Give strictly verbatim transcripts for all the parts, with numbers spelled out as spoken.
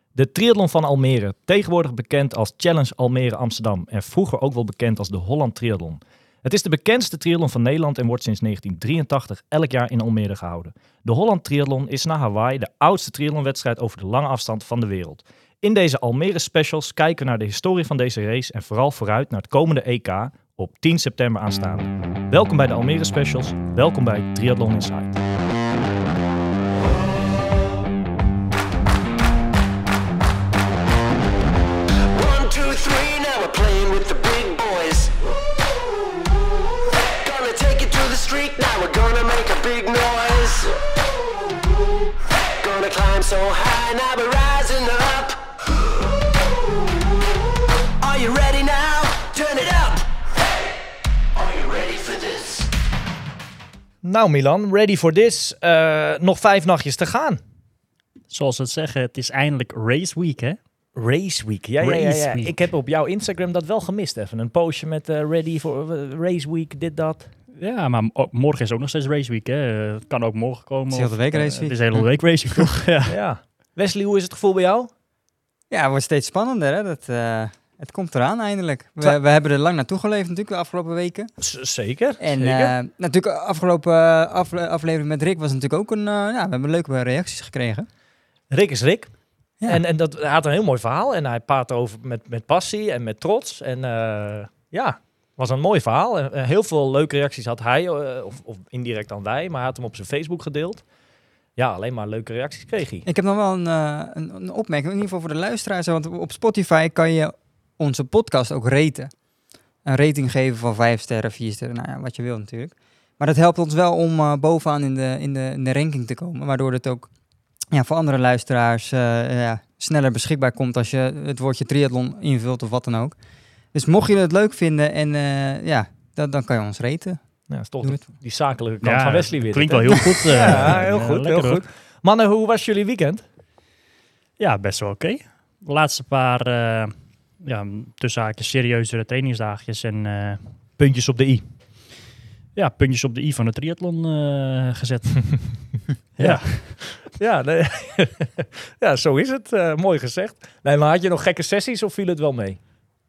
De triathlon van Almere, tegenwoordig bekend als Challenge Almere Amsterdam en vroeger ook wel bekend als de Holland Triathlon. Het is de bekendste triathlon van Nederland en wordt sinds negentien drieëntachtig elk jaar in Almere gehouden. De Holland Triathlon is na Hawaii de oudste triathlonwedstrijd over de lange afstand van de wereld. In deze Almere specials kijken we naar de historie van deze race en vooral vooruit naar het komende E K op tien september aanstaande. Welkom bij de Almere specials, welkom bij Triathlon Inside. So high, now we're rising up. Are you ready now? Turn it up. Hey, are you ready for this? Nou Milan, ready for this. Uh, nog vijf nachtjes te gaan. Zoals ze het zeggen, het is eindelijk race week, hè? Race week, ja, ja, ja, Race ja. week. Ik heb op jouw Instagram dat wel gemist even. Een postje met uh, ready for uh, race week, dit, dat. Ja, maar m- morgen is ook nog steeds race week, hè? Het kan ook morgen komen. Het is heel de week of, race uh, week. Het is de hele week race week, toch? Ja. Ja. Wesley, hoe is het gevoel bij jou? Ja, het wordt steeds spannender. Hè? Dat, uh, het komt eraan eindelijk. We, Twa- we hebben er lang naartoe geleefd natuurlijk de afgelopen weken. Z- zeker. En zeker. uh, natuurlijk afgelopen uh, afle- aflevering met Rick was natuurlijk ook een... Uh, ja, we hebben leuke reacties gekregen. Rick is Rick. Ja. En, en dat, hij had een heel mooi verhaal. En hij praat over met, met passie en met trots. En uh, ja, was een mooi verhaal. En, uh, heel veel leuke reacties had hij, uh, of, of indirect dan wij. Maar hij had hem op zijn Facebook gedeeld. Ja, alleen maar leuke reacties kreeg hij. Ik heb nog wel een, uh, een, een opmerking, in ieder geval voor de luisteraars. Want op Spotify kan je onze podcast ook raten. Een rating geven van vijf sterren, vier sterren, nou ja, wat je wil natuurlijk. Maar dat helpt ons wel om uh, bovenaan in de, in, de, in de ranking te komen. Waardoor het ook ja, voor andere luisteraars uh, ja, sneller beschikbaar komt als je het woordje triathlon invult of wat dan ook. Dus mocht je het leuk vinden, en uh, ja, dan, dan kan je ons raten. Ja, dat is toch Doe die, die zakelijke kant Ja, van Wesley weer. Klinkt dit, wel hè? heel goed. uh, Ja, heel uh, goed, lekker, heel hoor. goed. Mannen, hoe was jullie weekend? Ja, best wel oké. De laatste paar, uh, ja, tussen haakjes serieuzere trainingsdagjes en uh, Puntjes op de i. ja, puntjes op de i van de triathlon uh, gezet. Ja. Ja, nee. Ja, zo is het. Uh, mooi gezegd. Nee, maar had je nog gekke sessies of viel het wel mee?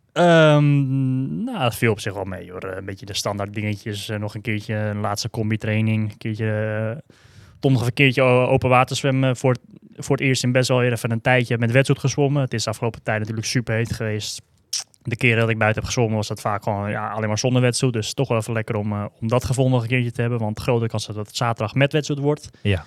Um, nou, dat viel op zich wel mee, hoor. Een beetje de standaard dingetjes. Uh, nog een keertje een laatste combi-training. Een keertje, uh, Tom nog een keertje open water zwemmen. Voor, voor het eerst in best wel even een tijdje met wetsuit gezwommen. Het is de afgelopen tijd natuurlijk super heet geweest. De keren dat ik buiten heb gezwommen was dat vaak gewoon ja, alleen maar zonder wetsuit. Dus toch wel even lekker om, uh, om dat gevoel nog een keertje te hebben. Want grote kans dat het zaterdag met wetsuit wordt. Ja.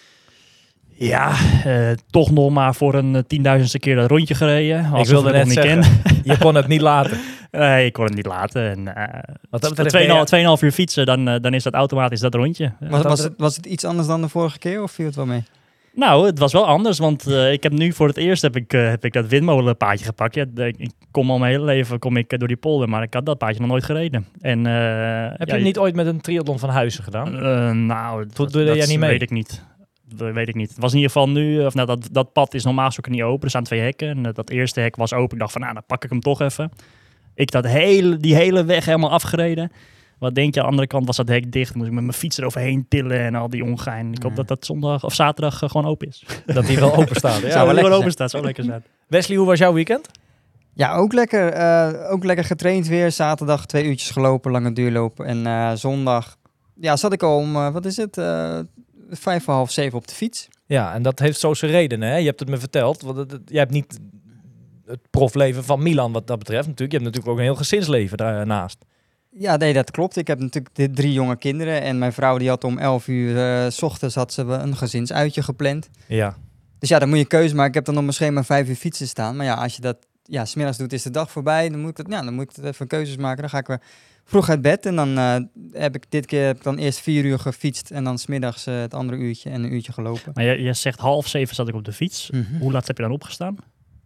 Ja, uh, toch nog maar voor een uh, tienduizendste keer dat rondje gereden. Ik wilde net niet zeggen, ken. je kon het niet laten. Nee, ik kon het niet laten. En, uh, Wat dat betreft ben je- tweeënhalf tweeënhalf uur fietsen, dan, uh, dan is dat automatisch dat rondje. Uh, Was, dat- was, het, was het iets anders dan de vorige keer of viel het wel mee? Nou, het was wel anders, want uh, ik heb nu voor het eerst heb ik, uh, heb ik dat windmolenpaadje gepakt. Ja, de- ik kom al mijn hele leven kom ik, uh, door die polder, maar ik had dat paadje nog nooit gereden. En, uh, Heb ja, je het niet ooit met een triathlon van Huizen gedaan? Uh, nou, Doe- dat, doe jij dat niet mee? weet ik niet. Dat weet ik niet. Het was in ieder geval nu, of nou, dat, dat pad is normaal gesproken niet open. Er staan twee hekken. En dat eerste hek was open. Ik dacht van, nou, dan pak ik hem toch even. Ik dat hele, die hele weg helemaal afgereden. Wat denk je, aan de andere kant was dat hek dicht. Moest ik met mijn fiets eroverheen tillen en al die ongein. Ik hoop Ja. dat dat zondag of zaterdag uh, gewoon open is. Dat die wel open staat. Ja, Ja. Zou wel dat die lekker wel open zijn. staat. Zou lekker zijn. Wesley, hoe was jouw weekend? Ja, ook lekker. Uh, ook lekker getraind weer. Zaterdag twee uurtjes gelopen, lange duurlopen. En uh, zondag ja, zat ik al om, uh, wat is het, uh, vijf voor half zeven op de fiets. Ja, en dat heeft zo zijn redenen. Hè? Je hebt het me verteld. Want het, het- jij hebt niet het profleven van Milan wat dat betreft natuurlijk. Je hebt natuurlijk ook een heel gezinsleven daarnaast. Ja, nee, dat klopt. Ik heb natuurlijk de drie jonge kinderen. En mijn vrouw die had om elf uur uh, 's ochtends had ze een gezinsuitje gepland. Ja. Dus ja, dan moet je keuze maken. Ik heb dan op mijn schema vijf uur fietsen staan. Maar ja, als je dat ja, 's middags doet, is de dag voorbij. Dan moet ik, dat, ja, dan moet ik even keuzes maken. Dan ga ik weer vroeg uit bed. En dan uh, heb ik dit keer heb ik dan eerst vier uur gefietst. En dan 's middags uh, het andere uurtje en een uurtje gelopen. Maar je, je zegt half zeven zat ik op de fiets. Mhm. Hoe laat heb je dan opgestaan?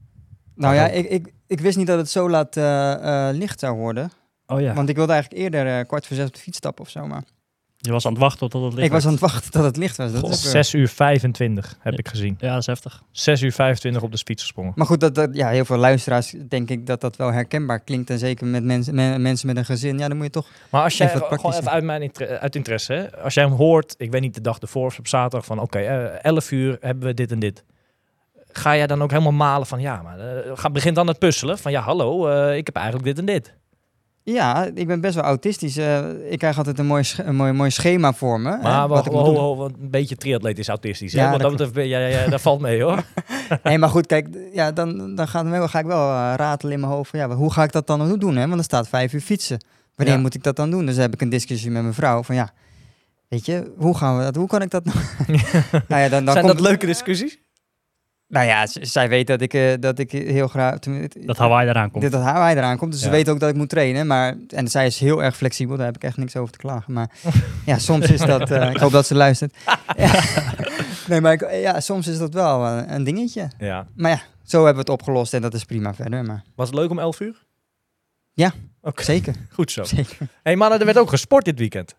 Nou ja, ik, ik, ik wist niet dat het zo laat uh, uh, licht zou worden. Oh ja, Want ik wilde eigenlijk eerder uh, kwart voor zes op de fiets stappen of zo. Maar je was aan het wachten tot het licht ik was werd. aan het wachten tot het licht was. Dat God, is ook, uh, zes uur vijfentwintig heb Ja. ik gezien. Ja, dat is heftig. zes uur vijfentwintig op de fiets gesprongen. Maar goed, dat, dat, ja, heel veel luisteraars denk ik dat dat wel herkenbaar klinkt. En zeker met mensen, me- mensen met een gezin. Ja, dan moet je toch... Maar als jij, Even wat gewoon praktischer. even uit, mijn inter- uit interesse, hè? Als jij hem hoort, ik weet niet de dag ervoor of op zaterdag, van oké, okay, uh, elf uur hebben we dit en dit. ga jij dan ook helemaal malen van, ja, maar uh, ga, begint dan het puzzelen van, ja, hallo, uh, ik heb eigenlijk dit en dit. Ja, ik ben best wel autistisch. Uh, ik krijg altijd een mooi, sch- een mooi, mooi schema voor me. Maar hè, wat ik ho, moet ho, ho, een beetje triatleet is autistisch. Ja, Hè? Want dat dat betreft, ben- ja, ja, ja, dat valt mee, hoor. Nee, maar goed, kijk, ja, dan, dan gaat wel, ga ik wel uh, ratelen in mijn hoofd. Van, ja, hoe ga ik dat dan doen? Hè? Want er staat vijf uur fietsen. Wanneer Ja. moet ik dat dan doen? Dus dan heb ik een discussie met mijn vrouw. Van ja, weet je, hoe gaan we dat? Hoe kan ik dat nou? nou ja, dan, dan Zijn komt, dat leuke discussies? Nou ja, z- zij weet dat ik, uh, dat ik heel graag... tenminste, Dat Hawaii eraan komt. Dit dat Hawaii eraan komt. Dus Ja. ze weet ook dat ik moet trainen. Maar, en zij is heel erg flexibel. Daar heb ik echt niks over te klagen. Maar ja, soms is dat... Uh, ik hoop dat ze luistert. Ja. Nee, maar ik, ja, soms is dat wel uh, een dingetje. Ja. Maar ja, zo hebben we het opgelost. En dat is prima verder. Maar Was het leuk om elf uur? Ja, Oké, zeker. goed zo. zeker. Hé, hey, mannen, er werd ook gesport dit weekend.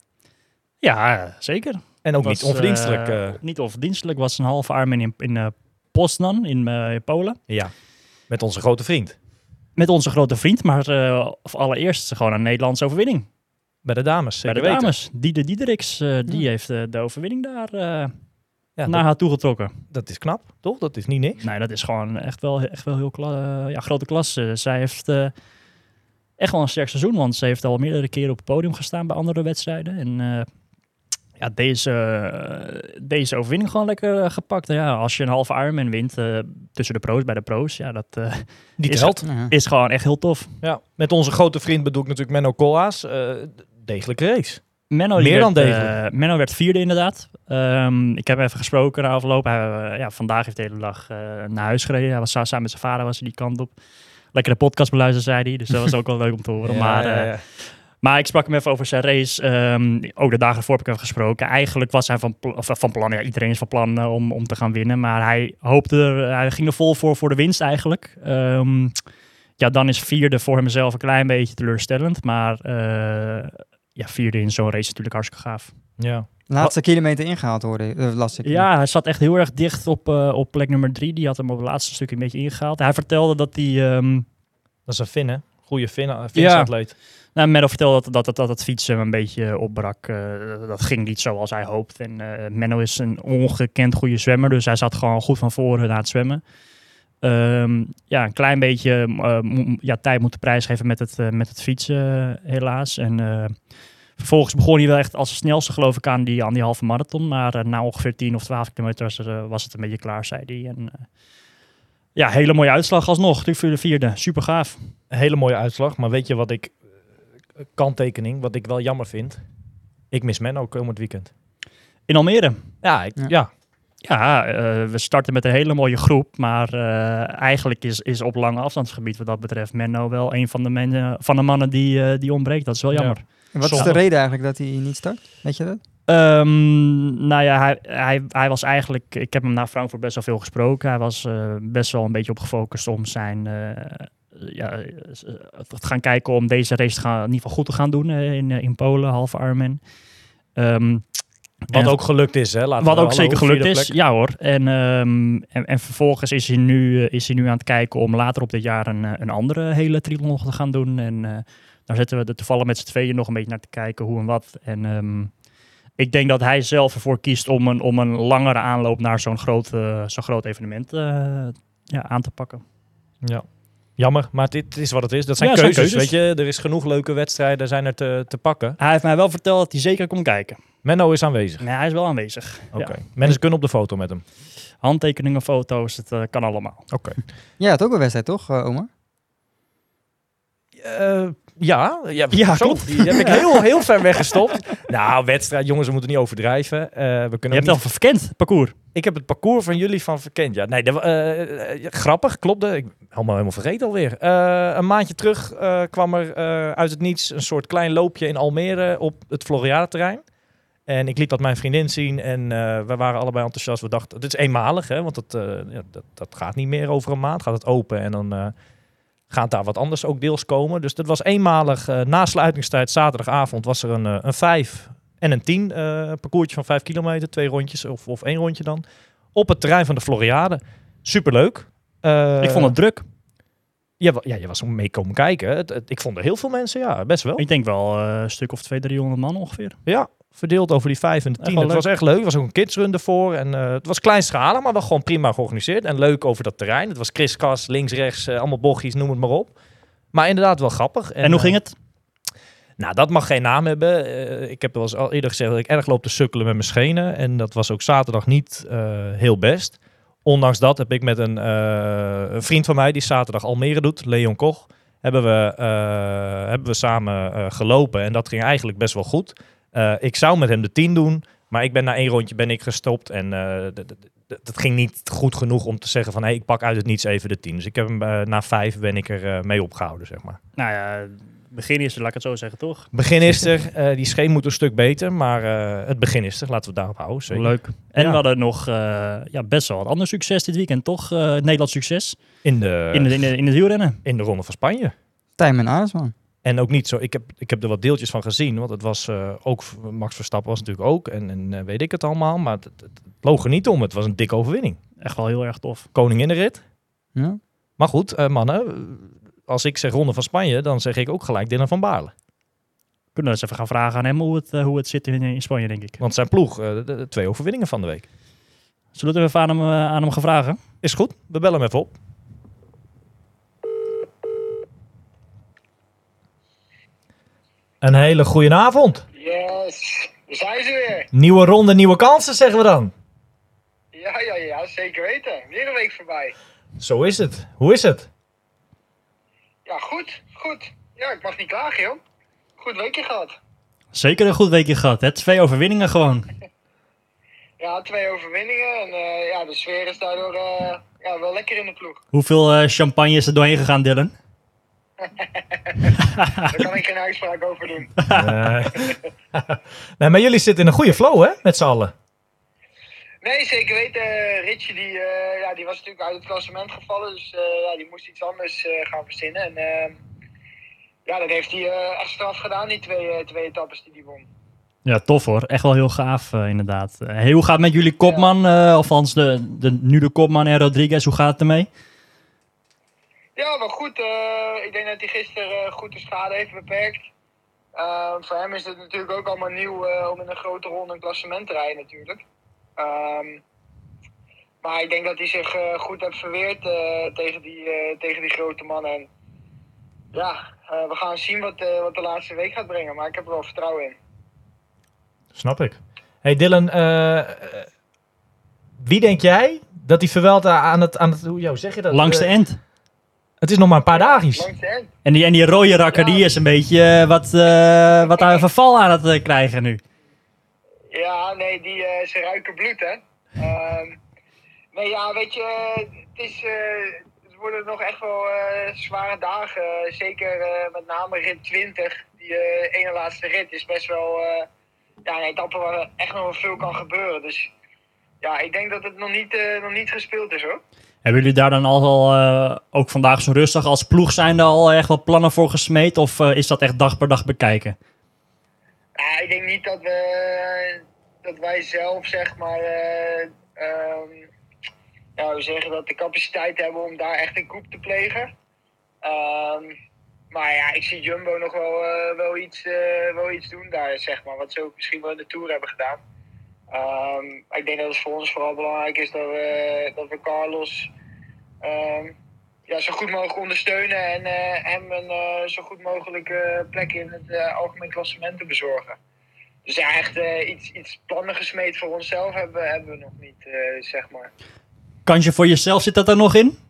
Ja, zeker. En ook Was, niet onverdienstelijk. eh, Uh, niet onverdienstelijk. Was een halve Ironman in, in uh, Poznan, in, uh, in Polen. ja, met onze grote vriend. Met onze grote vriend, maar uh, allereerst gewoon een Nederlandse overwinning. Bij de dames, Bij zeker de weten. dames. Diede Diedericks, uh, die Ja. heeft uh, de overwinning daar uh, Ja, naar dat, haar toegetrokken. dat is knap, toch? Dat is niet niks. Nee, dat is gewoon echt wel, echt wel heel kla- uh, ja, grote klasse. Zij heeft uh, echt wel een sterk seizoen, want ze heeft al meerdere keren op het podium gestaan bij andere wedstrijden. En uh, ja, deze, uh, deze overwinning gewoon lekker uh, gepakt. En ja, als je een halve Ironman wint uh, tussen de pro's, bij de pro's, ja, dat uh, Die Is- telt. Ja. is gewoon echt heel tof. Ja. Met onze grote vriend bedoel ik natuurlijk Menno Koolhaas. Uh, degelijke race. Menno, die Meer dan werd, degelijk. uh, Menno werd vierde inderdaad. Um, ik heb hem even gesproken na afloop. Hij, uh, ja, vandaag heeft hij de hele dag uh, naar huis gereden. Hij was sa- samen met zijn vader was hij die kant op. Lekker de podcast beluisteren, zei hij. Dus dat was ook wel leuk om te horen. Ja, maar, ja, uh, ja. maar ik sprak hem even over zijn race. Um, ook de dagen ervoor heb ik hem gesproken. Eigenlijk was hij van, pl- of van plan, ja, iedereen is van plan uh, om, om te gaan winnen. Maar hij hoopte er, hij ging er vol voor voor de winst eigenlijk. Um, ja, dan is vierde voor hemzelf een klein beetje teleurstellend. Maar uh, ja, vierde in zo'n race is natuurlijk hartstikke gaaf. Ja. Laatste kilometer ingehaald worden, uh, las ik. Ja, hij zat echt heel erg dicht op, uh, op plek nummer drie. Die had hem op het laatste stukje een beetje ingehaald. Hij vertelde dat hij... Um, Dat is een Finn, hè? Goeie Finn, Finns-atleet. nou, Menno vertelde dat, dat, dat, dat het fietsen een beetje opbrak. Uh, dat ging niet zoals hij hoopte. En uh, Menno is een ongekend goede zwemmer. Dus hij zat gewoon goed van voren na het zwemmen. Um, ja, een klein beetje uh, mo- ja, tijd moeten prijsgeven met het, uh, met het fietsen, uh, helaas. En uh, vervolgens begon hij wel echt als de snelste, geloof ik, aan die, aan die halve marathon. Maar uh, na ongeveer tien of twaalf kilometer was, er, uh, was het een beetje klaar, zei hij. En, uh, ja, hele mooie uitslag alsnog. De vierde, super gaaf. Een hele mooie uitslag. Maar weet je wat ik... uh, kanttekening, wat ik wel jammer vind? Ik mis Menno komend weekend. In Almere. Ja, ik, Ja. ja. Ja, uh, we starten met een hele mooie groep. Maar uh, eigenlijk is, is op lange afstandsgebied wat dat betreft Menno wel een van de, men, van de mannen die, uh, die ontbreekt. Dat is wel jammer. Ja. En wat is Zonde. de reden eigenlijk dat hij niet start? Weet je dat? Um, nou ja, hij, hij, hij was eigenlijk... Ik heb hem na Frankfurt best wel veel gesproken. Hij was uh, best wel een beetje op gefocust om zijn... Uh, ja, uh, te gaan kijken om deze race te gaan, in ieder geval goed te gaan doen uh, in, uh, in Polen, halve Ironman. Um, Wat en- ook gelukt is, hè? Laten Wat we ook hallo, zeker gelukt vierde is, plek. ja hoor. En, um, en, en vervolgens is hij, nu, uh, is hij nu aan het kijken om later op dit jaar een, uh, een andere hele triathlon nog te gaan doen. En uh, daar zitten we er toevallig met z'n tweeën nog een beetje naar te kijken hoe en wat. En um, ik denk dat hij zelf ervoor kiest om een, om een langere aanloop naar zo'n groot, uh, zo'n groot evenement uh, ja, aan te pakken. Ja. Jammer, maar dit is wat het is. Dat zijn Ja, het zijn keuzes, keuzes. weet je. Er is genoeg leuke wedstrijden, zijn er te, te pakken. Hij heeft mij wel verteld dat hij zeker komt kijken. Menno is aanwezig. Nee, hij is wel aanwezig. Oké. Ja. Mensen kunnen op de foto met hem. Handtekeningen, foto's, het uh, kan allemaal. Oké. Jij had ook een wedstrijd, toch, uh, Omar? Uh, ja, ja, Ja, zo, klopt. die heb ik heel, heel ver weggestopt. Nou, wedstrijd, jongens, we moeten niet overdrijven. Uh, we Je kunnen hebt ook al niet... verkend, het parcours. Ik heb het parcours van jullie van verkend. Ja, nee, dat, uh, uh, grappig, klopte. Ik helemaal, helemaal vergeten alweer. Uh, een maandje terug uh, kwam er uh, uit het niets een soort klein loopje in Almere op het Floriade-terrein. En ik liet dat mijn vriendin zien en uh, we waren allebei enthousiast. We dachten, dit is eenmalig, hè, want het, uh, ja, dat, dat gaat niet meer over een maand. Gaat het open en dan uh, gaat daar wat anders ook deels komen. Dus dat was eenmalig. Uh, na sluitingstijd, zaterdagavond, was er een, uh, een vijf en een tien. Uh, parcoursje van vijf kilometer, twee rondjes of, of één rondje dan. Op het terrein van de Floriade. Superleuk. Uh, Ik vond het druk. Ja, wa- ja, je was mee komen kijken. Het, het- ik vond er heel veel mensen, ja, best wel. Ik denk wel uh, een stuk of twee, driehonderd man ongeveer. Ja, verdeeld over die vijf en de Echt tien. wel Het leuk. was echt leuk. Er was ook een kidsrun ervoor. En, uh, het was kleinschalig, maar wel gewoon prima georganiseerd. En leuk over dat terrein. Het was kriskras, links, rechts, uh, allemaal bochtjes, noem het maar op. Maar inderdaad wel grappig. En, en hoe uh, ging het? Nou, dat mag geen naam hebben. Uh, ik heb wel eens al eerder gezegd dat ik erg loop te sukkelen met mijn schenen. En dat was ook zaterdag niet uh, heel best. Ondanks dat heb ik met een, uh, een vriend van mij die zaterdag Almere doet, Leon Koch, hebben we, uh, hebben we samen uh, gelopen. En dat ging eigenlijk best wel goed. Uh, ik zou met hem de tien doen, maar ik ben na één rondje ben ik gestopt. En uh, d- d- d- dat ging niet goed genoeg om te zeggen van, hey, ik pak uit het niets even de tien. Dus ik heb hem uh, na vijf ben ik er uh, mee opgehouden, zeg maar. Nou ja, begin is er, laat ik het zo zeggen, toch? Begin is er, uh, die scheen moet een stuk beter, maar uh, het begin is er. Laten we het daarop houden. Zeker. Leuk. En Ja. we hadden nog uh, ja, best wel wat ander succes dit weekend, toch? Uh, Nederlands succes In de, in, de, in, de, in het wielrennen. in de Ronde van Spanje. Tijmen Arendsman. En ook niet zo, ik heb, ik heb er wat deeltjes van gezien, want het was uh, ook, Max Verstappen was natuurlijk ook, en, en uh, weet ik het allemaal, maar het, het, het loog er niet om. Het was een dikke overwinning. Echt wel heel erg tof. Koninginnenrit. Ja. Maar goed, uh, mannen, als ik zeg Ronde van Spanje, dan zeg ik ook gelijk Dylan van Baarle. Kunnen we eens even gaan vragen aan hem hoe het, uh, hoe het zit in, in Spanje, denk ik. Want zijn ploeg, uh, de, de twee overwinningen van de week. Zullen we het even aan hem, uh, aan hem gaan vragen? Is goed, we bellen hem even op. Een hele goede avond. Yes, daar zijn ze weer. Nieuwe ronde, nieuwe kansen, zeggen we dan. Ja, ja, ja, zeker weten. Weer een week voorbij. Zo is het. Hoe is het? Ja, goed, goed. Ja, ik mag niet klagen, joh. Goed weekje gehad. Zeker een goed weekje gehad, hè? Twee overwinningen gewoon. Ja, twee overwinningen en uh, ja, de sfeer is daardoor uh, ja, wel lekker in de ploeg. Hoeveel uh, champagne is er doorheen gegaan, Dylan? Daar kan ik geen uitspraak over doen. Nee. Nee, maar jullie zitten in een goede flow, hè? Met z'n allen. Nee, zeker weten. Uh, Ritje die, uh, ja, die was natuurlijk uit het klassement gevallen, dus uh, ja, die moest iets anders uh, gaan verzinnen. En uh, ja, dat heeft hij uh, echt straf gedaan, die twee, uh, twee etappes die hij won. Ja, tof hoor. Echt wel heel gaaf, uh, inderdaad. Uh, hey, hoe gaat het met jullie kopman? Uh, of althans, de, de, nu de kopman en Rodriguez, hoe gaat het ermee? Ja, wel goed. Uh, ik denk dat hij gisteren uh, goed de schade heeft beperkt. Uh, voor hem is het natuurlijk ook allemaal nieuw uh, om in een grote ronde een klassement te rijden natuurlijk. Um, maar ik denk dat hij zich uh, goed heeft verweerd uh, tegen, die, uh, tegen die grote mannen. En ja, uh, we gaan zien wat, uh, wat de laatste week gaat brengen, maar ik heb er wel vertrouwen in. Snap ik. Hey Dylan, uh, wie denk jij dat die Vuelta aan het, aan het hoe jou zeg je dat? Langs de Uh, end. Het is nog maar een paar dagjes. Langs de end. En die, en die rode rakker, Ja. die is een beetje uh, wat, uh, wat aan verval aan het uh, krijgen nu. Ja, nee, die, uh, ze ruiken bloed, hè. Um, nee, ja, weet je, het, is, uh, het worden nog echt wel uh, zware dagen. Uh, zeker uh, met name rit twintig, die uh, ene laatste rit, is best wel uh, ja, een etappe waar echt nog wel veel kan gebeuren. Dus ja, ik denk dat het nog niet, uh, nog niet gespeeld is, hoor. Hebben jullie daar dan al uh, ook vandaag zo rustig als ploeg zijn er al echt wat plannen voor gesmeed? Of uh, is dat echt dag per dag bekijken? Ja, ik denk niet dat we dat wij zelf zeg maar uh, um, ja, hoe zeggen dat de capaciteit hebben om daar echt een koep te plegen. Um, maar ja, ik zie Jumbo nog wel, uh, wel, iets, uh, wel iets doen daar, zeg maar, wat ze ook misschien wel in de Tour hebben gedaan. Um, ik denk dat het voor ons vooral belangrijk is dat we, dat we Carlos um, ja, zo goed mogelijk ondersteunen en uh, hem een uh, zo goed mogelijke plek in het uh, algemeen klassement te bezorgen. Dus ja, echt uh, iets, iets plannen gesmeed voor onszelf hebben, hebben we nog niet, uh, zeg maar. Kansje voor jezelf, zit dat er nog in?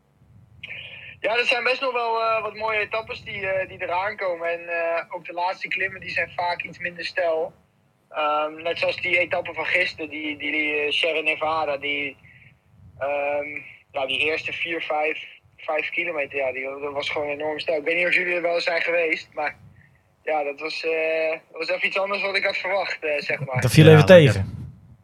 Ja, er zijn best nog wel uh, wat mooie etappes die, uh, die eraan komen. En uh, ook de laatste klimmen die zijn vaak iets minder steil. Um, net zoals die etappe van gisteren, die, die, die uh, Sierra Nevada, die, um, ja, die eerste vier, vijf, vijf kilometer, ja, die, dat was gewoon enorm steil. Ik weet niet of jullie er wel zijn geweest, maar ja, dat was, uh, dat was even iets anders wat ik had verwacht, uh, zeg maar. Dat viel Ja, even lekker. tegen.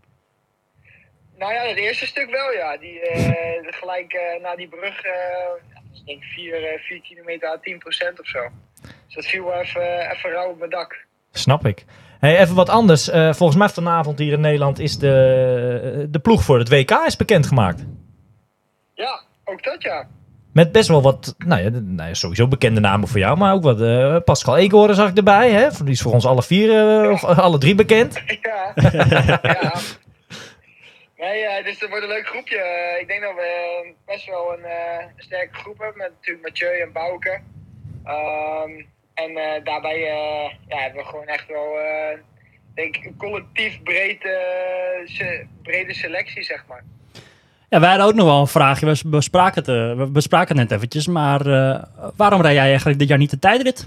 Nou ja, het eerste stuk wel, ja. Die, uh, gelijk uh, na die brug, uh, ja, dat is denk ik vier kilometer à tien procent of zo. Dus dat viel wel even, even rauw op mijn dak. Snap ik. Hey, even wat anders. Uh, volgens mij vanavond hier in Nederland is de, de ploeg voor het W K is bekendgemaakt. Ja, ook dat ja. Met best wel wat, nou ja, nou ja, sowieso bekende namen voor jou, maar ook wat uh, Pascal Eekhoorn zag ik erbij. Hè? Die is voor ons alle vier, uh, of alle drie bekend. Ja, ja. Nee, uh, dus het wordt een leuk groepje. Uh, ik denk dat we uh, best wel een uh, sterke groep hebben, met natuurlijk Mathieu en Bouke. Um, en uh, daarbij uh, ja, hebben we gewoon echt wel, uh, denk ik, een collectief breed, uh, se- brede selectie, zeg maar. Ja, wij hadden ook nog wel een vraagje. We bespraken het, uh, we bespraken het net eventjes. Maar uh, waarom rij jij eigenlijk dit jaar niet de tijdrit?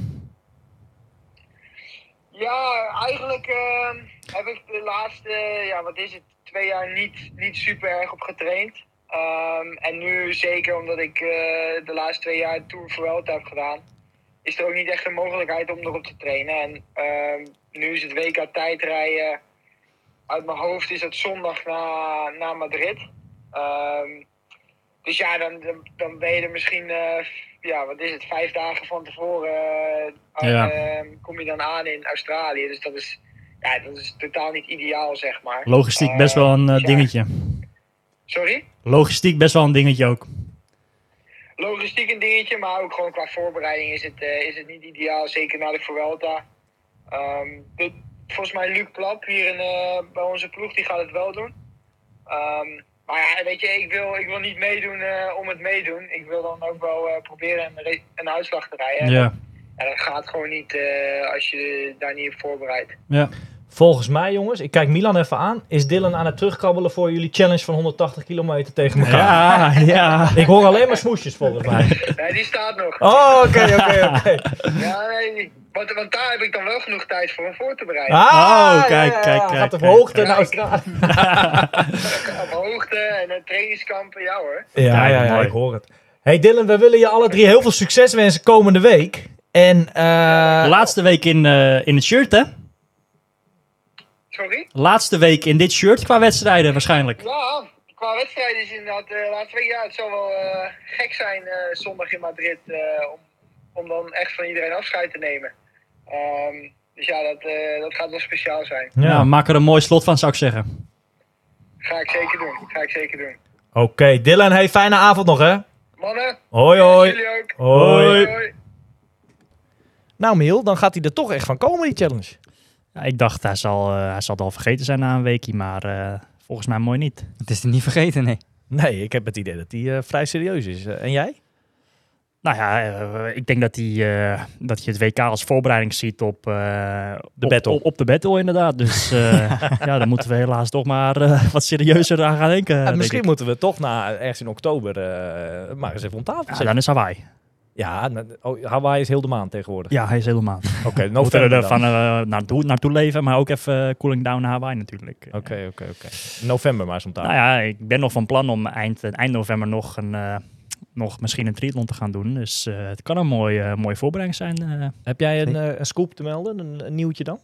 Ja, eigenlijk uh, heb ik de laatste, ja, wat is het, twee jaar niet, niet super erg op getraind. Um, en nu zeker omdat ik uh, de laatste twee jaar Tour Vuelta heb gedaan, is er ook niet echt een mogelijkheid om erop te trainen. En uh, nu is het W K tijdrijden. Uit mijn hoofd is het zondag na, na Madrid. Um, dus ja, dan, dan, dan ben je er misschien, uh, ja, wat is het, vijf dagen van tevoren uh, Ja. uh, kom je dan aan in Australië. Dus dat is, ja, dat is totaal niet ideaal, zeg maar. Logistiek best wel een uh, dus ja. dingetje. Sorry? Logistiek best wel een dingetje ook. Logistiek een dingetje, maar ook gewoon qua voorbereiding is het, uh, is het niet ideaal. Zeker na de Vuelta. Um, de, volgens mij Luc Plap hier in, uh, bij onze ploeg, die gaat het wel doen. Um, maar ja, weet je, ik wil, ik wil niet meedoen uh, om het meedoen. Ik wil dan ook wel uh, proberen een, re- een uitslag te rijden. Ja. En dat gaat gewoon niet uh, als je daar niet op voorbereidt. Ja. Volgens mij, jongens, ik kijk Milan even aan. Is Dylan aan het terugkrabbelen voor jullie challenge van honderdtachtig kilometer tegen elkaar? Ja, ja. Ik hoor alleen maar smoesjes volgens mij. Nee, die staat nog. Oh, oké, oké, oké. Ja, nee, want, want daar heb ik dan wel genoeg tijd voor om voor te bereiden. Ah, Oh, kijk, ja, ja, kijk, ja. kijk, Gaat op kijk. hoogte Ja, naar ik- Australië. Op hoogte en een trainingskampen, ja hoor. Ja, ja, ja, mooi. ik hoor het. Hey Dylan, we willen je alle drie heel veel succes wensen komende week. En eh Laatste week in, uh, in het shirt, hè? Sorry? Laatste week in dit shirt qua wedstrijden waarschijnlijk. Ja, qua wedstrijden is inderdaad de uh, laatste week, ja, het zal wel uh, gek zijn uh, zondag in Madrid uh, om, om dan echt van iedereen afscheid te nemen. Um, dus ja, dat, uh, dat gaat wel speciaal zijn. Ja. ja. maak er een mooi slot van, zou ik zeggen. Ga ik zeker doen, ga ik zeker doen. Oké, Dylan, hey, fijne avond nog, hè? Mannen, Hoi, hoi. jullie ook. Hoi. Hoi. Nou, Miel, dan gaat hij er toch echt van komen, die challenge. Ja, ik dacht, hij zal, uh, hij zal het al vergeten zijn na een weekje, maar uh, volgens mij mooi niet. Het is er niet vergeten, nee. Nee, ik heb het idee dat hij uh, vrij serieus is. Uh, en jij? Nou ja, uh, ik denk dat, die, uh, dat je het W K als voorbereiding ziet op, uh, De op, battle. Op, op de battle, inderdaad. Dus uh, ja, dan moeten we helaas toch maar uh, wat serieuzer aan gaan denken. Ja, denk misschien ik. moeten we toch na, ergens in oktober uh, maar eens even om tafel Ja, zetten. dan is Hawaii. Ja, na- oh, Hawaii is heel de maand tegenwoordig. Ja, hij is helemaal. Oké, okay, We moeten november er dan. van uh, naartoe, naartoe leven, maar ook even uh, cooling down naar Hawaii natuurlijk. Oké, oké, oké. November maar eens om tafel. Nou ja, ik ben nog van plan om eind, eind november nog, een, uh, nog misschien een triathlon te gaan doen. Dus uh, het kan een mooie, uh, mooie voorbereiding zijn. Uh. Heb jij een, uh, een scoop te melden? Een, een nieuwtje dan?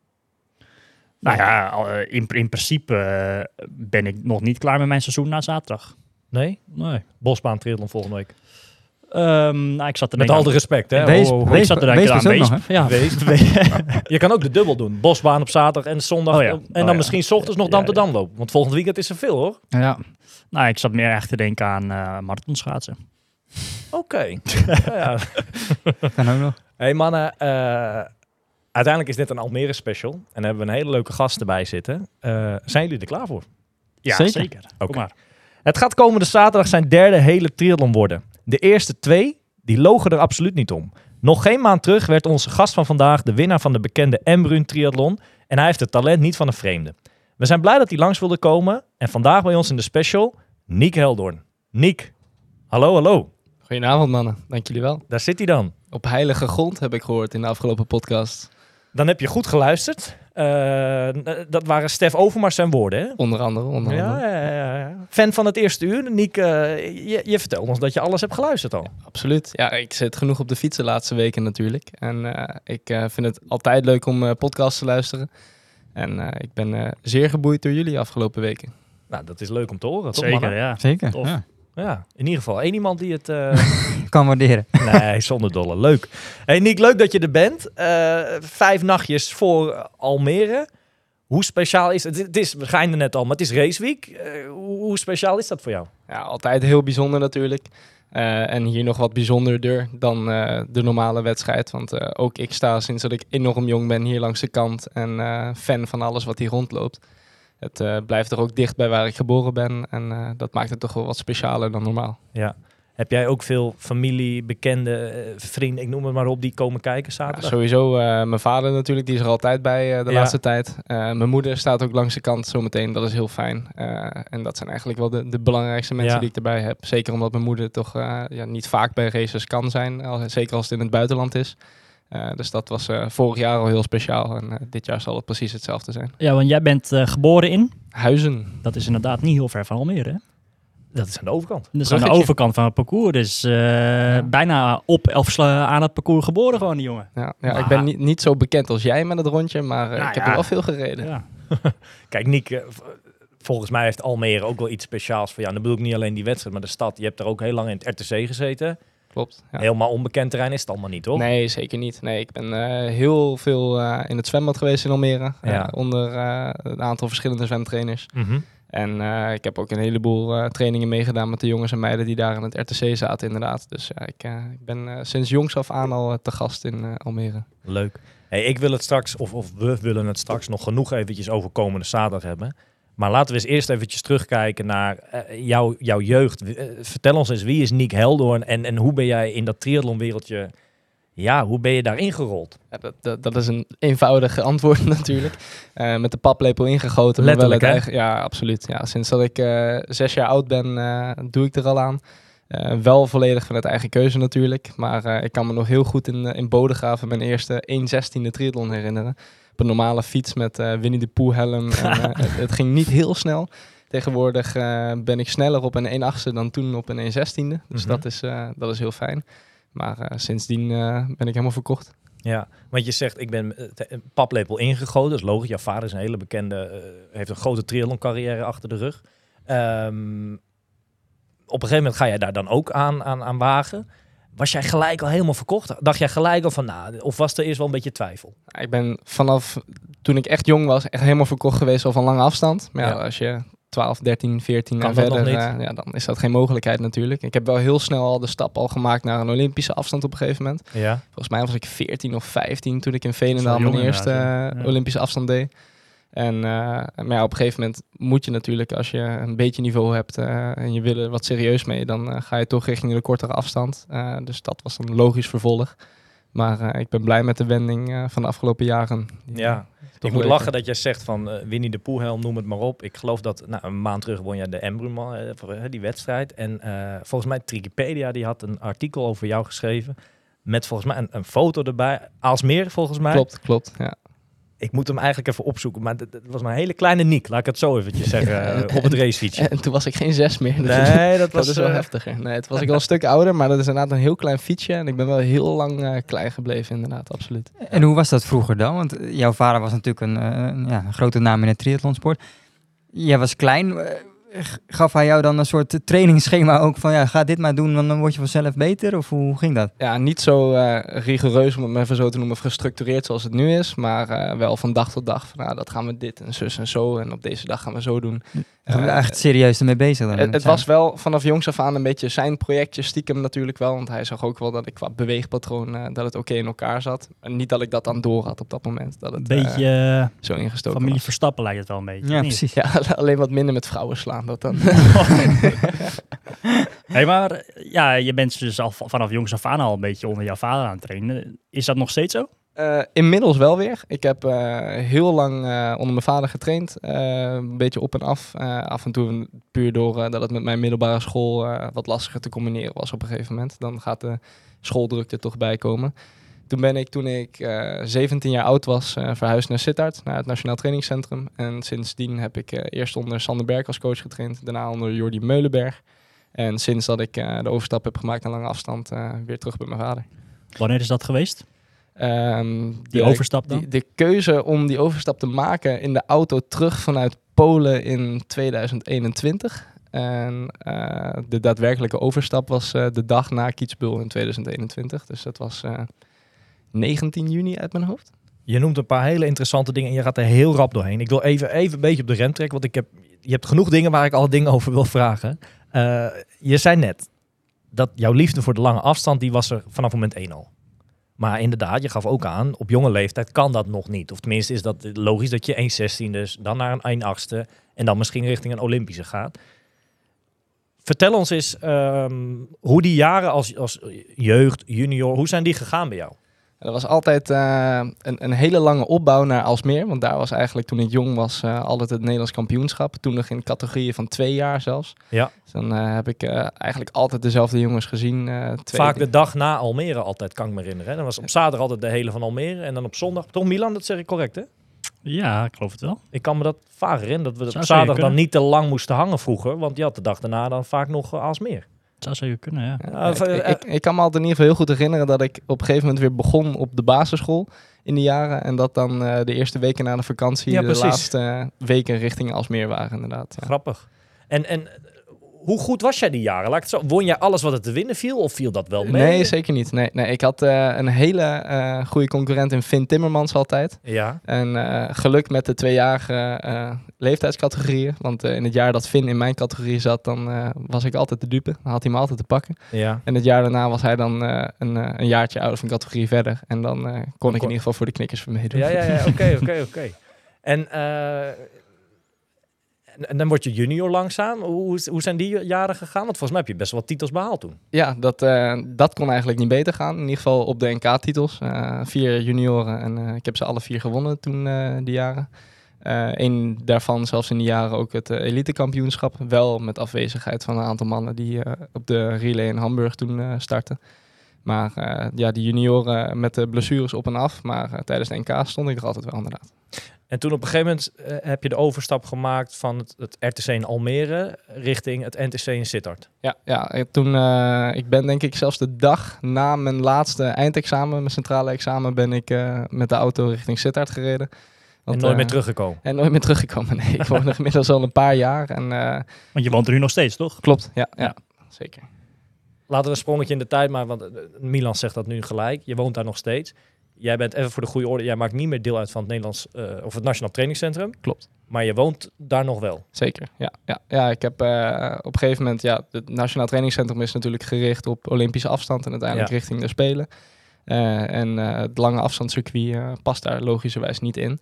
Nou ja, al, uh, in, in principe uh, ben ik nog niet klaar met mijn seizoen na zaterdag. Nee? Nee. Bosbaan triathlon volgende week. Um, nou, ik zat er Met denk al de aan- respect, hè? Wees- Ho, ho, ho. ik zat er denk ik Wees aan ook nog, Weesp. Ja, Weesp. Je kan ook de dubbel doen. Bosbaan op zaterdag en zondag. Oh ja. En Oh dan ja. misschien 's ochtends nog Ja, Amsterdam lopen. Want volgend weekend is er veel, hoor. Ja. Nou, ik zat meer echt te denken aan uh, marathonschaatsen. Oké. ja. Kan ook nog. Hey mannen, uh, uiteindelijk is dit een Almere special. En daar hebben we een hele leuke gast erbij zitten. Uh, zijn jullie er klaar voor? Ja, Zeker. zeker. Kom Oké. maar. Het gaat komende zaterdag zijn derde hele triathlon worden. De eerste twee, die logen er absoluut niet om. Nog geen maand terug werd onze gast van vandaag de winnaar van de bekende Embrun triathlon. En hij heeft het talent niet van een vreemde. We zijn blij dat hij langs wilde komen. En vandaag bij ons in de special, Niek Heldoorn. Niek, hallo, hallo. Goedenavond mannen, dank jullie wel. Daar zit hij dan. Op heilige grond heb ik gehoord in de afgelopen podcast. Dan heb je goed geluisterd. Uh, dat waren Stef Overmars zijn woorden, hè? Onder andere, onder Ja, andere. ja, ja, ja. Fan van het eerste uur. Niek, uh, je, je vertelt ons dat je alles hebt geluisterd al. Absoluut. Ja, ik zit genoeg op de fiets de laatste weken natuurlijk. En uh, ik uh, vind het altijd leuk om uh, podcasts te luisteren. En uh, ik ben uh, zeer geboeid door jullie afgelopen weken. Nou, dat is leuk om te horen, toch, Zeker, mannen? ja. Zeker. Tof. Ja. Ja, in ieder geval één iemand die het... Uh... Kan waarderen. nee, zonder dolle. Leuk. Hey Niek, leuk dat je er bent. Uh, vijf nachtjes voor Almere. Hoe speciaal is het? Het is, we schijnen net al, maar het is raceweek. Uh, hoe, hoe speciaal is dat voor jou? Ja, altijd heel bijzonder natuurlijk. Uh, en hier nog wat bijzonderder dan uh, de normale wedstrijd. Want uh, ook ik sta sinds dat ik enorm jong ben hier langs de kant. En uh, fan van alles wat hier rondloopt. Het uh, blijft er ook dicht bij waar ik geboren ben. En uh, dat maakt het toch wel wat specialer dan normaal. Ja. Heb jij ook veel familie, bekenden, uh, vrienden, ik noem het maar op, die komen kijken zaterdag? Ja, sowieso uh, mijn vader natuurlijk, die is er altijd bij uh, de ja. laatste tijd. Uh, mijn moeder staat ook langs de kant zometeen, dat is heel fijn. Uh, en dat zijn eigenlijk wel de, de belangrijkste mensen ja. die ik erbij heb. Zeker omdat mijn moeder toch uh, ja, niet vaak bij races kan zijn, al, zeker als het in het buitenland is. Uh, dus dat was uh, vorig jaar al heel speciaal en uh, dit jaar zal het precies hetzelfde zijn. Ja, want jij bent uh, geboren in? Huizen. Dat is inderdaad niet heel ver van Almere, hè? Dat is aan de overkant. Dat is aan de overkant van het parcours. Dus uh, ja. bijna op of sla- aan het parcours geboren gewoon, die jongen. Ja, ja ik ben niet, niet zo bekend als jij met het rondje, maar uh, nou ik heb ja. er wel veel gereden. Ja. Kijk, Nick, uh, volgens mij heeft Almere ook wel iets speciaals voor jou. Dan bedoel ik niet alleen die wedstrijd, maar de stad. Je hebt er ook heel lang in het R T C gezeten. Klopt. Ja. Helemaal onbekend terrein is het allemaal niet, toch? Nee, zeker niet. Nee, ik ben uh, heel veel uh, in het zwembad geweest in Almere. Ja. Uh, onder uh, een aantal verschillende zwemtrainers. Mm-hmm. En uh, ik heb ook een heleboel uh, trainingen meegedaan met de jongens en meiden die daar in het R T C zaten inderdaad. Dus ja, ik, uh, ik ben uh, sinds jongs af aan al uh, te gast in uh, Almere. Leuk. Hey, ik wil het straks, of, of we willen het straks nog genoeg eventjes over komende zaterdag hebben. Maar laten we eens eerst eventjes terugkijken naar uh, jouw, jouw jeugd. Uh, vertel ons eens, wie is Nick Heldoorn en, en hoe ben jij in dat triathlonwereldje, ja, hoe ben je daar ingerold? Ja, dat, dat, dat is een eenvoudig antwoord natuurlijk. Uh, met de paplepel ingegoten. maar Letterlijk, wel hè? het eigen, ja, absoluut. Ja, sinds dat ik uh, zes jaar oud ben, uh, doe ik er al aan. Uh, wel volledig vanuit eigen keuze natuurlijk. Maar uh, ik kan me nog heel goed in, uh, in Bodegraven mijn eerste één zestiende triathlon herinneren. Op een normale fiets met uh, Winnie de Pooh helm. en, uh, het, het ging niet heel snel. Tegenwoordig uh, ben ik sneller op een één achtste dan toen op een één zestiende. Dus Mm-hmm. dat, is, uh, dat is heel fijn. Maar uh, sindsdien uh, ben ik helemaal verkocht. Ja, want je zegt, ik ben uh, te- een paplepel ingegoten. Dat is logisch. Jouw vader is een hele bekende, uh, heeft een grote triathlon carrière achter de rug. Um, op een gegeven moment ga jij daar dan ook aan, aan, aan wagen. Was jij gelijk al helemaal verkocht? Dacht jij gelijk al van, nou, of was er eerst wel een beetje twijfel? Ik ben vanaf toen ik echt jong was echt helemaal verkocht geweest al van lange afstand. Maar ja, Ja. als je twaalf, dertien, veertien Kan en dat verder, nog niet? uh, ja, dan is dat geen mogelijkheid natuurlijk. Ik heb wel heel snel al de stap al gemaakt naar een Olympische afstand op een gegeven moment. Ja. Volgens mij was ik veertien of vijftien toen ik in Dat is Veenendaal wel mijn jong eerste inderdaad, uh, ja. Ja. Olympische afstand deed. En uh, maar ja, op een gegeven moment moet je natuurlijk, als je een beetje niveau hebt uh, en je wil er wat serieus mee, dan uh, ga je toch richting de kortere afstand. Uh, dus dat was een logisch vervolg. Maar uh, ik ben blij met de wending uh, van de afgelopen jaren. Die, Ja. Toch Ik moet leuk, lachen hè? dat jij zegt van uh, Winnie de Pooh-helm, noem het maar op. Ik geloof dat nou, een maand terug won jij de Embruma, uh, voor, uh, die wedstrijd. En uh, volgens mij Trikipedia die had een artikel over jou geschreven. Met volgens mij een, een foto erbij. Aalsmeer volgens mij. Klopt, klopt. Ja. Ik moet hem eigenlijk even opzoeken. Maar het was maar een hele kleine Niek, laat ik het zo eventjes zeggen. uh, op het racefietsje. En toen was ik geen zes meer. Dus Nee, dat was... dat is wel uh, heftiger. Nee, het was ik al een stuk ouder, maar dat is inderdaad een heel klein fietsje. En ik ben wel heel lang uh, klein gebleven, inderdaad, absoluut. En hoe was dat vroeger dan? Want eh, jouw vader was natuurlijk een, eh, een, ja, een grote naam in het triathlonsport. Jij was klein. eh, g- Gaf hij jou dan een soort trainingsschema ook van ja, ga dit maar doen, want dan word je vanzelf beter? Of hoe ging dat? Ja, niet zo uh, rigoureus, om het maar even zo te noemen, of gestructureerd zoals het nu is. Maar uh, wel van dag tot dag. Van, nou, dat gaan we dit en zus en zo. En op deze dag gaan we zo doen. Uh, Uh, echt serieus ermee bezig dan? Het, het was wel vanaf jongs af aan een beetje zijn projectje, stiekem natuurlijk wel. Want hij zag ook wel dat ik qua beweegpatroon, uh, dat het oké in elkaar zat. En niet dat ik dat dan door had op dat moment. Dat Een het uh, beetje uh, zo ingestoken familie was. Verstappen lijkt het wel een beetje. Ja, of niet? precies. Ja, alleen wat minder met vrouwen slaan. Dat dan. Hey, maar ja, je bent dus al v- vanaf jongs af aan al een beetje onder jouw vader aan het trainen. Is dat nog steeds zo? Uh, inmiddels wel weer. Ik heb uh, heel lang uh, onder mijn vader getraind. Uh, een beetje op en af. Uh, af en toe puur door uh, dat het met mijn middelbare school uh, wat lastiger te combineren was op een gegeven moment. Dan gaat de schooldruk er toch bij komen. Toen ben ik, toen ik uh, zeventien jaar oud was, uh, verhuisd naar Sittard, naar het Nationaal Trainingscentrum. En sindsdien heb ik uh, eerst onder Sander Berg als coach getraind. Daarna onder Jordi Meulenberg. En sinds dat ik uh, de overstap heb gemaakt naar lange afstand, uh, weer terug bij mijn vader. Wanneer is dat geweest? Um, Die de, overstap dan? Die, de keuze om die overstap te maken in de auto terug vanuit Polen in tweeduizend eenentwintig. En uh, de daadwerkelijke overstap was uh, de dag na Kitzbühel in tweeduizend eenentwintig. Dus dat was uh, negentien juni uit mijn hoofd. Je noemt een paar hele interessante dingen en je gaat er heel rap doorheen. Ik wil even, even een beetje op de rem trekken, want ik heb, je hebt genoeg dingen waar ik al dingen over wil vragen. Uh, je zei net dat jouw liefde voor de lange afstand, die was er vanaf moment één al. Maar inderdaad, je gaf ook aan, op jonge leeftijd kan dat nog niet. Of tenminste is dat logisch dat je één zestien dus, dan naar een één achtste en dan misschien richting een Olympische gaat. Vertel ons eens um, hoe die jaren als, als jeugd, junior, hoe zijn die gegaan bij jou? Er was altijd uh, een, een hele lange opbouw naar Aalsmeer. Want daar was eigenlijk toen ik jong was uh, altijd het Nederlands kampioenschap. Toen nog in categorieën van twee jaar zelfs. Ja. Dus dan uh, heb ik uh, eigenlijk altijd dezelfde jongens gezien. Uh, twee Vaak de dag na Almere altijd, kan ik me herinneren. Hè? Dan was op zaterdag altijd de hele van Almere. En dan op zondag, toch Milan, dat zeg ik correct hè? Ja, ik geloof het wel. Ik kan me dat vaak herinneren, dat we Zou op zaterdag kunnen. dan niet te lang moesten hangen vroeger. Want je had de dag daarna dan vaak nog uh, Aalsmeer. Het zou zeker kunnen, ja. Ja, ik, ik, ik, ik kan me altijd in ieder geval heel goed herinneren dat ik op een gegeven moment weer begon op de basisschool in die jaren. En dat dan uh, de eerste weken na de vakantie Ja, de precies. laatste uh, weken richting Aalsmeer waren inderdaad. Ja. Grappig. En, en hoe goed was jij die jaren? Laat ik het zo, won jij alles wat er te winnen viel of viel dat wel mee? Nee, zeker niet. Nee, nee, ik had uh, een hele uh, goede concurrent in Finn Timmermans altijd. Ja. En uh, geluk met de tweejarige uh, leeftijdscategorieën. Want uh, in het jaar dat Finn in mijn categorie zat, dan uh, was ik altijd de dupe. Dan had hij me altijd te pakken. Ja. En het jaar daarna was hij dan uh, een, uh, een jaartje ouder van categorie verder. En dan uh, kon ik in ieder geval voor de knikkers meedoen. Ja, ja, ja. Oké, oké, oké. En, uh, en dan word je junior langzaam. Hoe, hoe zijn die jaren gegaan? Want volgens mij heb je best wel wat titels behaald toen. Ja, dat, uh, dat kon eigenlijk niet beter gaan. In ieder geval op de N K-titels. Uh, vier junioren en uh, ik heb ze alle vier gewonnen toen uh, die jaren. Uh, Eén daarvan zelfs in die jaren ook het uh, elitekampioenschap. Wel met afwezigheid van een aantal mannen die uh, op de relay in Hamburg toen uh, startten. Maar uh, ja, die junioren met de blessures op en af. Maar uh, tijdens de N K stond ik er altijd wel inderdaad. En toen op een gegeven moment uh, heb je de overstap gemaakt van het, het R T C in Almere richting het N T C in Sittard. Ja, ja toen, uh, ik ben denk ik zelfs de dag na mijn laatste eindexamen, mijn centrale examen, ben ik uh, met de auto richting Sittard gereden. Want, en nooit uh, meer teruggekomen. En nooit meer teruggekomen, nee. Ik woon er inmiddels al een paar jaar. En, uh, Want je woont er nu nog steeds, toch? klopt, ja, ja, Ja. zeker. Laten we een sprongetje in de tijd maken, want uh, Milan zegt dat nu gelijk. Je woont daar nog steeds. Jij bent even voor de goede orde, jij maakt niet meer deel uit van het Nederlands uh, of het Nationaal Trainingscentrum. Klopt. Maar je woont daar nog wel. Zeker, ja. Ja, ja ik heb uh, op een gegeven moment, ja, het Nationaal Trainingscentrum is natuurlijk gericht op Olympische afstand en uiteindelijk Ja. richting de Spelen. Uh, en uh, het lange afstandscircuit uh, past daar logischerwijs niet in.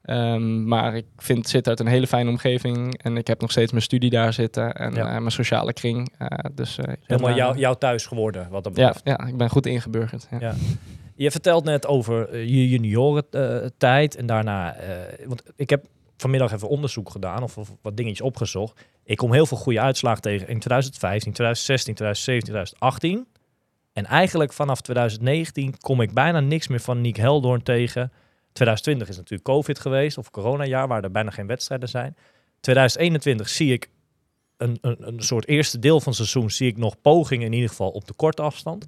Um, maar ik vind Sittard een hele fijne omgeving en ik heb nog steeds mijn studie daar zitten en Ja. uh, mijn sociale kring. Uh, dus, uh, ik ben Helemaal daar, jou, jouw thuis geworden, wat dat ja, betreft. ja, ik ben goed ingeburgerd. Ja. Ja. Je vertelt net over uh, je juniorentijd uh, en daarna... Uh, want ik heb vanmiddag even onderzoek gedaan of, of wat dingetjes opgezocht. Ik kom heel veel goede uitslagen tegen in twintig vijftien, twintig zestien, twintig zeventien, twintig achttien. En eigenlijk vanaf twintig negentien kom ik bijna niks meer van Niek Heldoorn tegen. twintig twintig is natuurlijk COVID geweest, of coronajaar, waar er bijna geen wedstrijden zijn. twintig eenentwintig zie ik een, een, een soort eerste deel van het seizoen, zie ik nog pogingen in ieder geval op de korte afstand.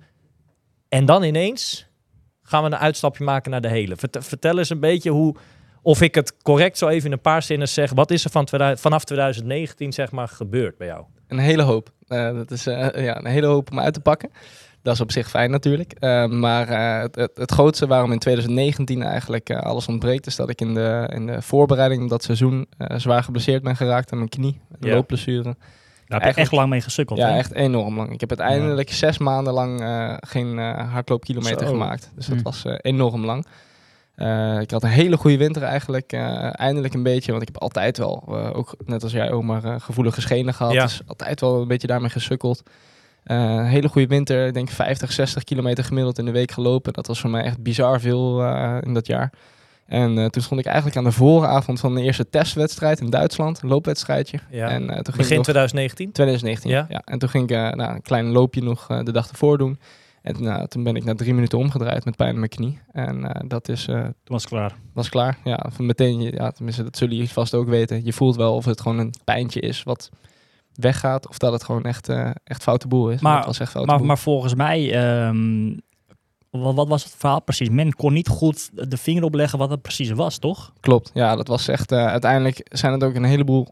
En dan ineens gaan we een uitstapje maken naar de hele. Vert, vertel eens een beetje hoe, of ik het correct zo even in een paar zinnen zeg. Wat is er van twintig, vanaf twintig negentien zeg maar gebeurd bij jou? Een hele hoop. Uh, dat is uh, ja, een hele hoop om uit te pakken. Dat is op zich fijn natuurlijk. Uh, maar uh, het, het, het grootste waarom in twintig negentien eigenlijk uh, alles ontbreekt, is dat ik in de, in de voorbereiding op dat seizoen uh, zwaar geblesseerd ben geraakt aan mijn knie. Een Ja. loopblessure. Daar heb je Eigenlijk- echt lang mee gesukkeld. Ja, hè? echt enorm lang. Ik heb uiteindelijk zes maanden lang uh, geen uh, hardloopkilometer Zo. gemaakt. Dus dat Hm. was uh, enorm lang. Uh, ik had een hele goede winter eigenlijk. Uh, eindelijk een beetje, want ik heb altijd wel, uh, ook net als jij, Omar, uh, gevoelige schenen gehad. Ja. Dus altijd wel een beetje daarmee gesukkeld. Uh, een hele goede winter. Ik denk vijftig, zestig kilometer gemiddeld in de week gelopen. Dat was voor mij echt bizar veel uh, in dat jaar. En uh, toen stond ik eigenlijk aan de vooravond van de eerste testwedstrijd in Duitsland. Een loopwedstrijdje. Ja. En, uh, toen ging Begin ik nog- twintig negentien? twintig negentien, Ja? ja. En toen ging ik uh, nou, een klein loopje nog uh, de dag ervoor doen. En nou, toen ben ik na drie minuten omgedraaid met pijn in mijn knie. En uh, dat is, uh, Toen was het klaar. was klaar. Ja, van meteen, ja, tenminste, dat zullen jullie vast ook weten. Je voelt wel of het gewoon een pijntje is wat weggaat. Of dat het gewoon echt, uh, echt foute boel is. Maar- Dat was echt foute Maar, boel. maar volgens mij, ehm, wat, wat was het verhaal precies? Men kon niet goed de vinger opleggen wat het precies was, toch? Klopt, ja, dat was echt... Uh, uiteindelijk zijn het ook een heleboel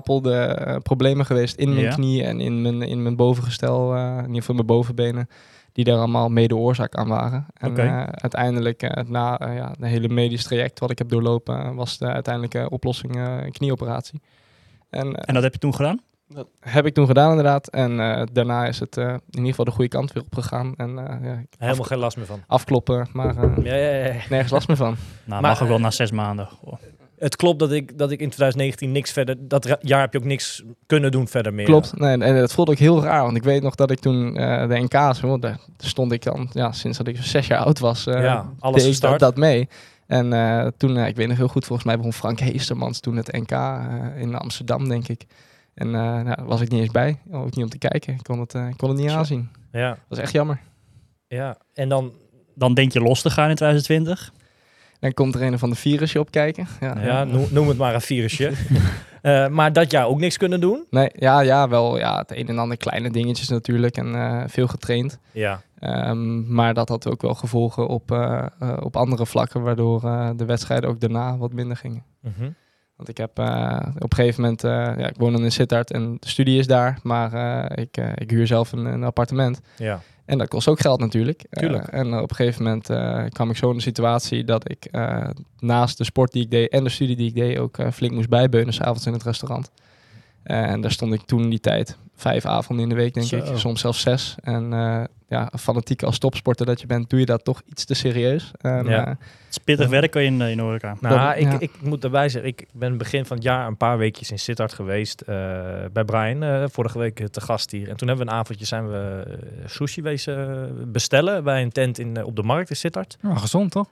opeengestapelde uh, problemen geweest in mijn Ja. knie en in mijn, in mijn bovengestel, uh, in ieder geval mijn bovenbenen. die daar allemaal mede oorzaak aan waren. En Oké. uh, uiteindelijk, uh, na uh, ja, de hele medisch traject wat ik heb doorlopen, uh, was de uiteindelijke oplossing uh, een knieoperatie. En, uh, En dat heb je toen gedaan? dat heb ik toen gedaan inderdaad. En uh, daarna is het uh, in ieder geval de goede kant weer opgegaan. En uh, ja, Helemaal af- geen last meer van. afkloppen, maar uh, Ja, ja, ja. nergens last meer van. Nou, Maar, mag ook wel eh, na zes maanden. Goh. Het klopt dat ik, dat ik in twintig negentien niks verder... Dat ra- jaar heb je ook niks kunnen doen verder meer. Klopt. Nee, en het voelde ook heel raar. Want ik weet nog dat ik toen uh, de N K's, hoor, daar stond ik dan, ja, sinds dat ik zes jaar oud was, uh, Ja, alles deed ik gestart. dat, dat mee. En uh, toen, uh, ik weet nog heel goed, volgens mij begon Frank Heestermans toen het N K uh, in Amsterdam, denk ik. En uh, nou, daar was ik niet eens bij, ook niet om te kijken. Ik kon het, uh, ik kon het niet Tja. aanzien. Ja, Dat was echt jammer. ja. En dan... Dan denk je los te gaan in twintig twintig. Dan komt er een van de virusje op kijken. Ja. Ja, noem, noem het maar een virusje. uh, maar dat jaar ook niks kunnen doen? Nee, ja, ja, wel ja, het een en ander kleine dingetjes natuurlijk en uh, veel getraind. Ja. Um, maar dat had ook wel gevolgen op, uh, uh, op andere vlakken, waardoor uh, de wedstrijden ook daarna wat minder gingen. Mhm. Want ik heb uh, op een gegeven moment, uh, ja, ik woon dan in Sittard en de studie is daar, maar uh, ik, uh, ik huur zelf een, een appartement. Ja. En dat kost ook geld natuurlijk. Tuurlijk. Uh, en uh, op een gegeven moment uh, kwam ik zo in de situatie dat ik uh, naast de sport die ik deed en de studie die ik deed ook uh, flink moest bijbeunen 's avonds in het restaurant. Uh, en daar stond ik toen in die tijd vijf avonden in de week, denk Zo. ik. Soms zelfs zes. En uh, ja, fanatiek als topsporter dat je bent, doe je dat toch iets te serieus. En, Ja. uh, Het is pittig werken in, in horeca. Nou, Dat- ik, ja. ik moet erbij zeggen, ik ben begin van het jaar een paar weekjes in Sittard geweest uh, bij Brian, uh, vorige week uh, te gast hier. En toen hebben we een avondje zijn we uh, sushi wezen bestellen bij een tent in, uh, op de markt in Sittard. Oh, gezond toch?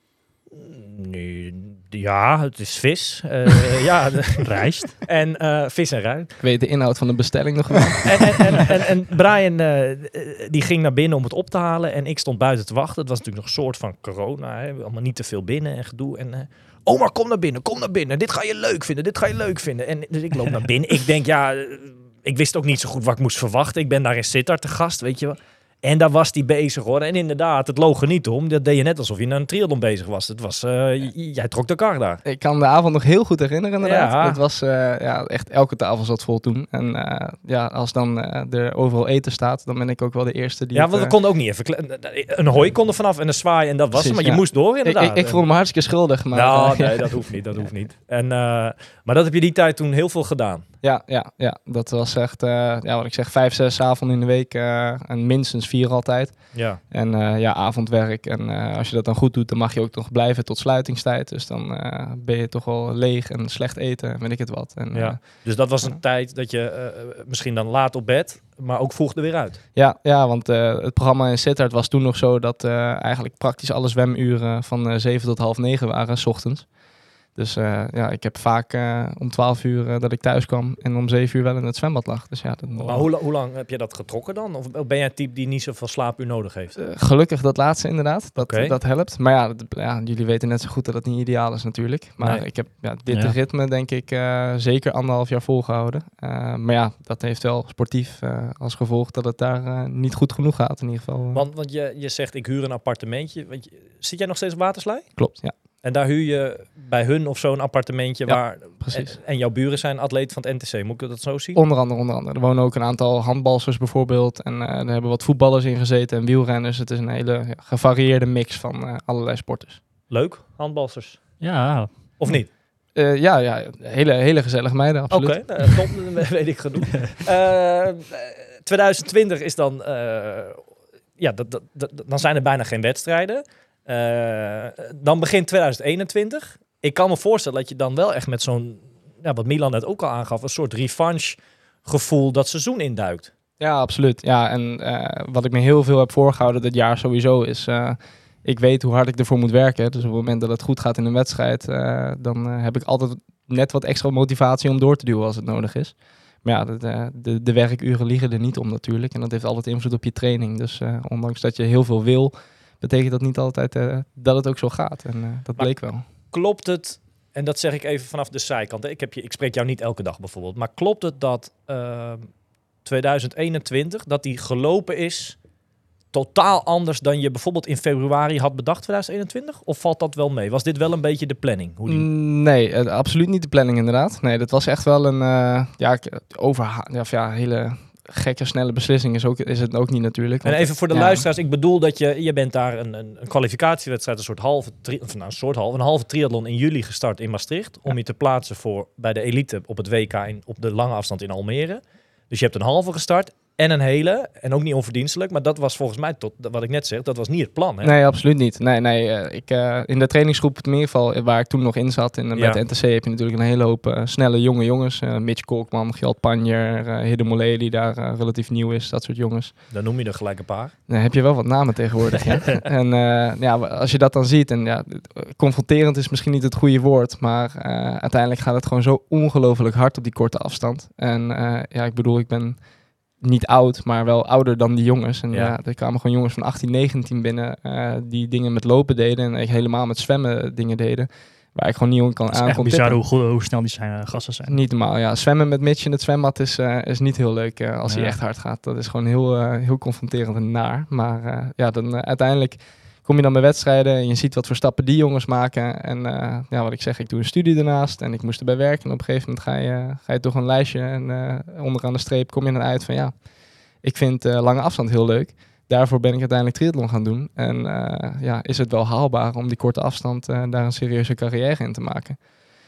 Nu, ja, het is vis. Uh, ja, de- Rijst. en uh, vis en ruit. ik weet de inhoud van de bestelling nog wel. En, en, en, en, en Brian uh, die ging naar binnen om het op te halen en ik stond buiten te wachten. Het was natuurlijk nog een soort van corona, hè. Allemaal niet te veel binnen en gedoe. En uh, Omar, kom naar binnen, kom naar binnen. Dit ga je leuk vinden, dit ga je leuk vinden. En dus ik loop naar binnen. Ik denk, ja, uh, ik wist ook niet zo goed wat ik moest verwachten. Ik ben daar in Sittard te gast, weet je wel. En daar was hij bezig hoor. En inderdaad, het loog er niet om. Dat deed je net alsof je naar een triathlon bezig was. Het was, uh, j- jij trok de kar daar. Ik kan de avond nog heel goed herinneren inderdaad. Ja. Het was uh, ja, echt elke tafel zat vol toen. En uh, ja, als dan uh, er overal eten staat, dan ben ik ook wel de eerste die Ja, het, want we uh, konden ook niet even... kle- Een hooi kon er vanaf en een zwaai en dat was het. Precies, Maar je ja. moest door ik, inderdaad. ik, ik voelde me hartstikke schuldig. Maar, nou, uh, nee, ja. dat hoeft niet, dat hoeft niet. En, uh, maar dat heb je die tijd toen heel veel gedaan. Ja, ja, ja, dat was echt, uh, ja, wat ik zeg, vijf, zes avonden in de week uh, en minstens vier altijd. Ja. En uh, ja, avondwerk. En uh, als je dat dan goed doet, dan mag je ook nog blijven tot sluitingstijd. Dus dan uh, ben je toch wel leeg en slecht eten en weet ik het wat. En, Ja. uh, Dus dat was een Ja. tijd dat je uh, misschien dan laat op bed, maar ook vroeg er weer uit. Ja, ja, want uh, het programma in Sittard was toen nog zo dat uh, eigenlijk praktisch alle zwemuren van uh, zeven tot half negen waren, 's ochtends. Dus uh, ja, ik heb vaak uh, om twaalf uur uh, dat ik thuis kwam en om zeven uur wel in het zwembad lag. Dus ja, dat, Maar hoe, la- hoe lang heb je dat getrokken dan? Of ben jij een type die niet zoveel slaapuur nodig heeft? Uh, gelukkig dat laatste inderdaad, dat, Oké. dat helpt. Maar ja, dat- ja, jullie weten net zo goed dat het niet ideaal is natuurlijk. Maar Nee. ik heb ja, dit Ja. ritme denk ik uh, zeker anderhalf jaar volgehouden. Uh, maar ja, dat heeft wel sportief uh, als gevolg dat het daar uh, niet goed genoeg gaat in ieder geval. Uh, Want, want je, je zegt, ik huur een appartementje. Want je, zit jij nog steeds op Waterslui? Klopt, ja, En daar huur je bij hun of zo'n appartementje Ja, waar... precies. En, en jouw buren zijn atleet van het N T C. Moet ik dat zo zien? Onder andere, onder andere. Er wonen ook een aantal handbalsters bijvoorbeeld. En uh, er hebben wat voetballers in gezeten en wielrenners. Het is een hele ja, gevarieerde mix van uh, allerlei sporters. Leuk, handbalsters. Ja, Of niet? Uh, ja, ja, hele, hele gezellige meiden, Oké, absoluut. okay, uh, top, dan weet ik genoeg. Uh, twintig twintig is dan... Uh, ja, dat, dat, dat, dan zijn er bijna geen wedstrijden. Uh, dan begint twintig eenentwintig. Ik kan me voorstellen dat je dan wel echt met zo'n... Ja, wat Milan net ook al aangaf, een soort revanche gevoel dat seizoen induikt. Ja, absoluut. Ja, en uh, wat ik me heel veel heb voorgehouden dit jaar sowieso is... Uh, ik weet hoe hard ik ervoor moet werken. Dus op het moment dat het goed gaat in een wedstrijd... Uh, dan uh, heb ik altijd net wat extra motivatie om door te duwen als het nodig is. Maar ja, de, de, de werkuren liegen er niet om natuurlijk. En dat heeft altijd invloed op je training. Dus uh, ondanks dat je heel veel wil... betekent dat niet altijd uh, dat het ook zo gaat. En uh, dat Maar bleek wel. Klopt het, en dat zeg ik even vanaf de zijkant, hè? Ik, heb je, ik spreek jou niet elke dag bijvoorbeeld, maar klopt het dat uh, twintig eenentwintig, dat die gelopen is totaal anders dan je bijvoorbeeld in februari had bedacht twintig eenentwintig? Of valt dat wel mee? Was dit wel een beetje de planning? Hoe die... Mm, Nee, uh, absoluut niet de planning inderdaad. Nee, dat was echt wel een uh, ja, ik- overha- ja, of ja, hele gekke snelle beslissing is, ook, is het ook niet natuurlijk. En Want, even voor de ja, luisteraars, ik bedoel dat je, je bent daar een, een, een kwalificatiewedstrijd, een soort halve, tri- of nou, een soort halve, een halve triathlon in juli gestart in Maastricht, om Ja. je te plaatsen voor bij de elite op het W K in, op de lange afstand in Almere. Dus je hebt een halve gestart en een hele, en ook niet onverdienstelijk, maar dat was volgens mij, tot wat ik net zeg, dat was niet het plan. Hè? Nee, absoluut niet. Nee, nee, eh, ik, eh, in de trainingsgroep in ieder geval, eh, waar ik toen nog in zat, in, eh, Ja. met de N T C, heb je natuurlijk een hele hoop eh, snelle jonge jongens. Eh, Mitch Kolkman, Gjalt Panjer, uh, Hidde Mollet, die daar eh, relatief nieuw is, dat soort jongens. Dan noem je er gelijk een paar. Dan heb je wel wat namen tegenwoordig. Ja. En uh, ja, als je dat dan ziet, en ja, confronterend is misschien niet het goede woord, maar uh, uiteindelijk gaat het gewoon zo ongelooflijk hard op die korte afstand. En uh, ja, ik bedoel, ik ben niet oud, maar wel ouder dan die jongens. En ja, Ja. er kwamen gewoon jongens van achttien, negentien binnen uh, die dingen met lopen deden en ik helemaal met zwemmen dingen deden, waar ik gewoon niet kan Het is aan echt kon bizar tippen. hoe, goed- hoe snel die zijn, uh, gasten zijn. Niet normaal, ja. Zwemmen met Mitch in het zwembad is, uh, is niet heel leuk uh, als Ja. hij echt hard gaat. Dat is gewoon heel, uh, heel confronterend en naar. Maar uh, ja, dan uh, uiteindelijk kom je dan bij wedstrijden en je ziet wat voor stappen die jongens maken. En uh, ja, wat ik zeg, ik doe een studie daarnaast en ik moest erbij werken. En op een gegeven moment ga je, ga je toch een lijstje en uh, onderaan de streep kom je dan uit van ja, ik vind uh, lange afstand heel leuk. Daarvoor ben ik uiteindelijk triathlon gaan doen. En uh, ja, is het wel haalbaar om die korte afstand uh, daar een serieuze carrière in te maken.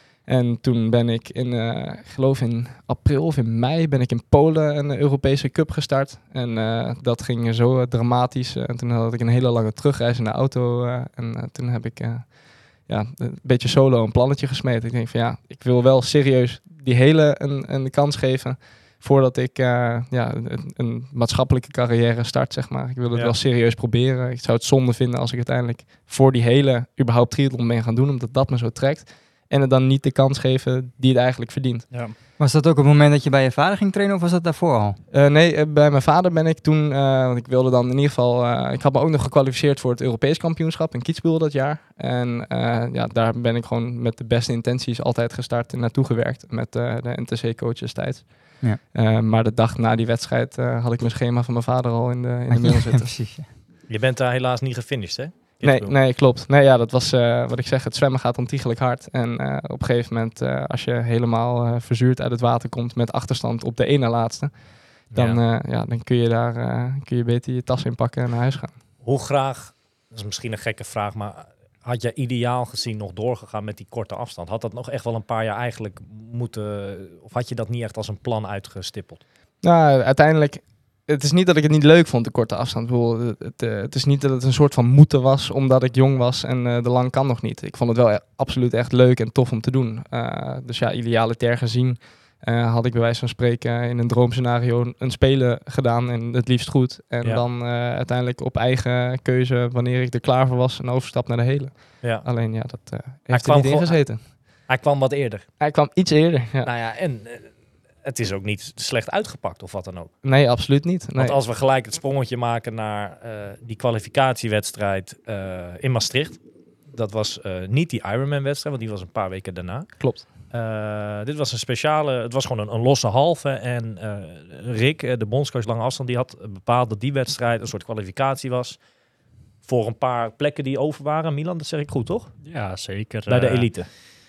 En toen ben ik in, uh, ik geloof in april of in mei, ben ik in Polen een Europese Cup gestart. En uh, dat ging zo uh, dramatisch. Uh, en toen had ik een hele lange terugreis in de auto. Uh, en uh, toen heb ik uh, ja, een beetje solo een plannetje gesmeed. Ik denk van ja, ik wil wel serieus die hele een, een kans geven voordat ik uh, ja, een, een maatschappelijke carrière start, zeg maar. Ik wil het Ja. wel serieus proberen. Ik zou het zonde vinden als ik uiteindelijk voor die hele überhaupt triathlon ben gaan doen, omdat dat me zo trekt. En het dan niet de kans geven die het eigenlijk verdient. Ja. Was dat ook het moment dat je bij je vader ging trainen of was dat daarvoor al? Uh, nee, uh, bij mijn vader ben ik toen, uh, want ik wilde dan in ieder geval, uh, ik had me ook nog gekwalificeerd voor het Europees kampioenschap in Kitzbühel dat jaar. En uh, ja, daar ben ik gewoon met de beste intenties altijd gestart en naartoe gewerkt met uh, de N T C-coach destijds. Ja. Uh, maar de dag na die wedstrijd uh, had ik mijn schema van mijn vader al in de, in de mail Ja, zitten. precies. Ja. Je bent daar helaas niet gefinished, hè? Nee, Kitzbühel. nee, klopt. Nee, ja, dat was uh, wat ik zeg. Het zwemmen gaat ontiegelijk hard. En uh, op een gegeven moment, uh, als je helemaal uh, verzuurd uit het water komt met achterstand op de ene laatste, dan, Ja. uh, ja, dan kun je daar uh, kun je beter je tas inpakken en naar huis gaan. Hoe graag, dat is misschien een gekke vraag, maar had jij ideaal gezien nog doorgegaan met die korte afstand? Had dat nog echt wel een paar jaar eigenlijk moeten, of had je dat niet echt als een plan uitgestippeld? Nou, uiteindelijk, het is niet dat ik het niet leuk vond, de korte afstand. Ik bedoel, het, het, uh, het is niet dat het een soort van moeten was, omdat ik jong was en uh, de lang kan nog niet. Ik vond het wel e- absoluut echt leuk en tof om te doen. Uh, dus ja, idealiter gezien uh, had ik bij wijze van spreken in een droomscenario een, een spelen gedaan en het liefst goed. En Ja. dan uh, uiteindelijk op eigen keuze, wanneer ik er klaar voor was, een overstap naar de hele. Ja. Alleen ja, dat uh, heeft er kwam niet in gewoon- gezeten. Hij kwam wat eerder. Hij kwam iets eerder. Ja. Nou ja, en eh, het is ook niet slecht uitgepakt of wat dan ook. Nee, absoluut niet. Nee. Want als we gelijk het sprongetje maken naar uh, die kwalificatiewedstrijd uh, in Maastricht. Dat was uh, niet die Ironman-wedstrijd, want die was een paar weken daarna. Klopt. Uh, dit was een speciale, het was gewoon een, een losse halve. En uh, Rick, uh, de bondscoach lange afstand, die had bepaald dat die wedstrijd een soort kwalificatie was voor een paar plekken die over waren. Milan, dat zeg ik goed, toch? Ja, zeker. Bij de Uh, elite.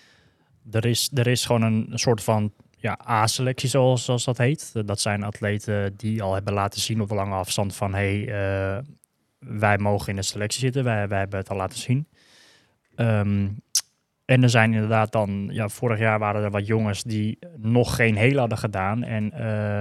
Er is, er is gewoon een, een soort van ja, A-selectie, zoals, zoals dat heet. Uh, Dat zijn atleten die al hebben laten zien op de lange afstand van hey, uh, wij mogen in de selectie zitten. Wij, wij hebben het al laten zien. Um, en er zijn inderdaad dan, ja, vorig jaar waren er wat jongens die nog geen hele hadden gedaan. En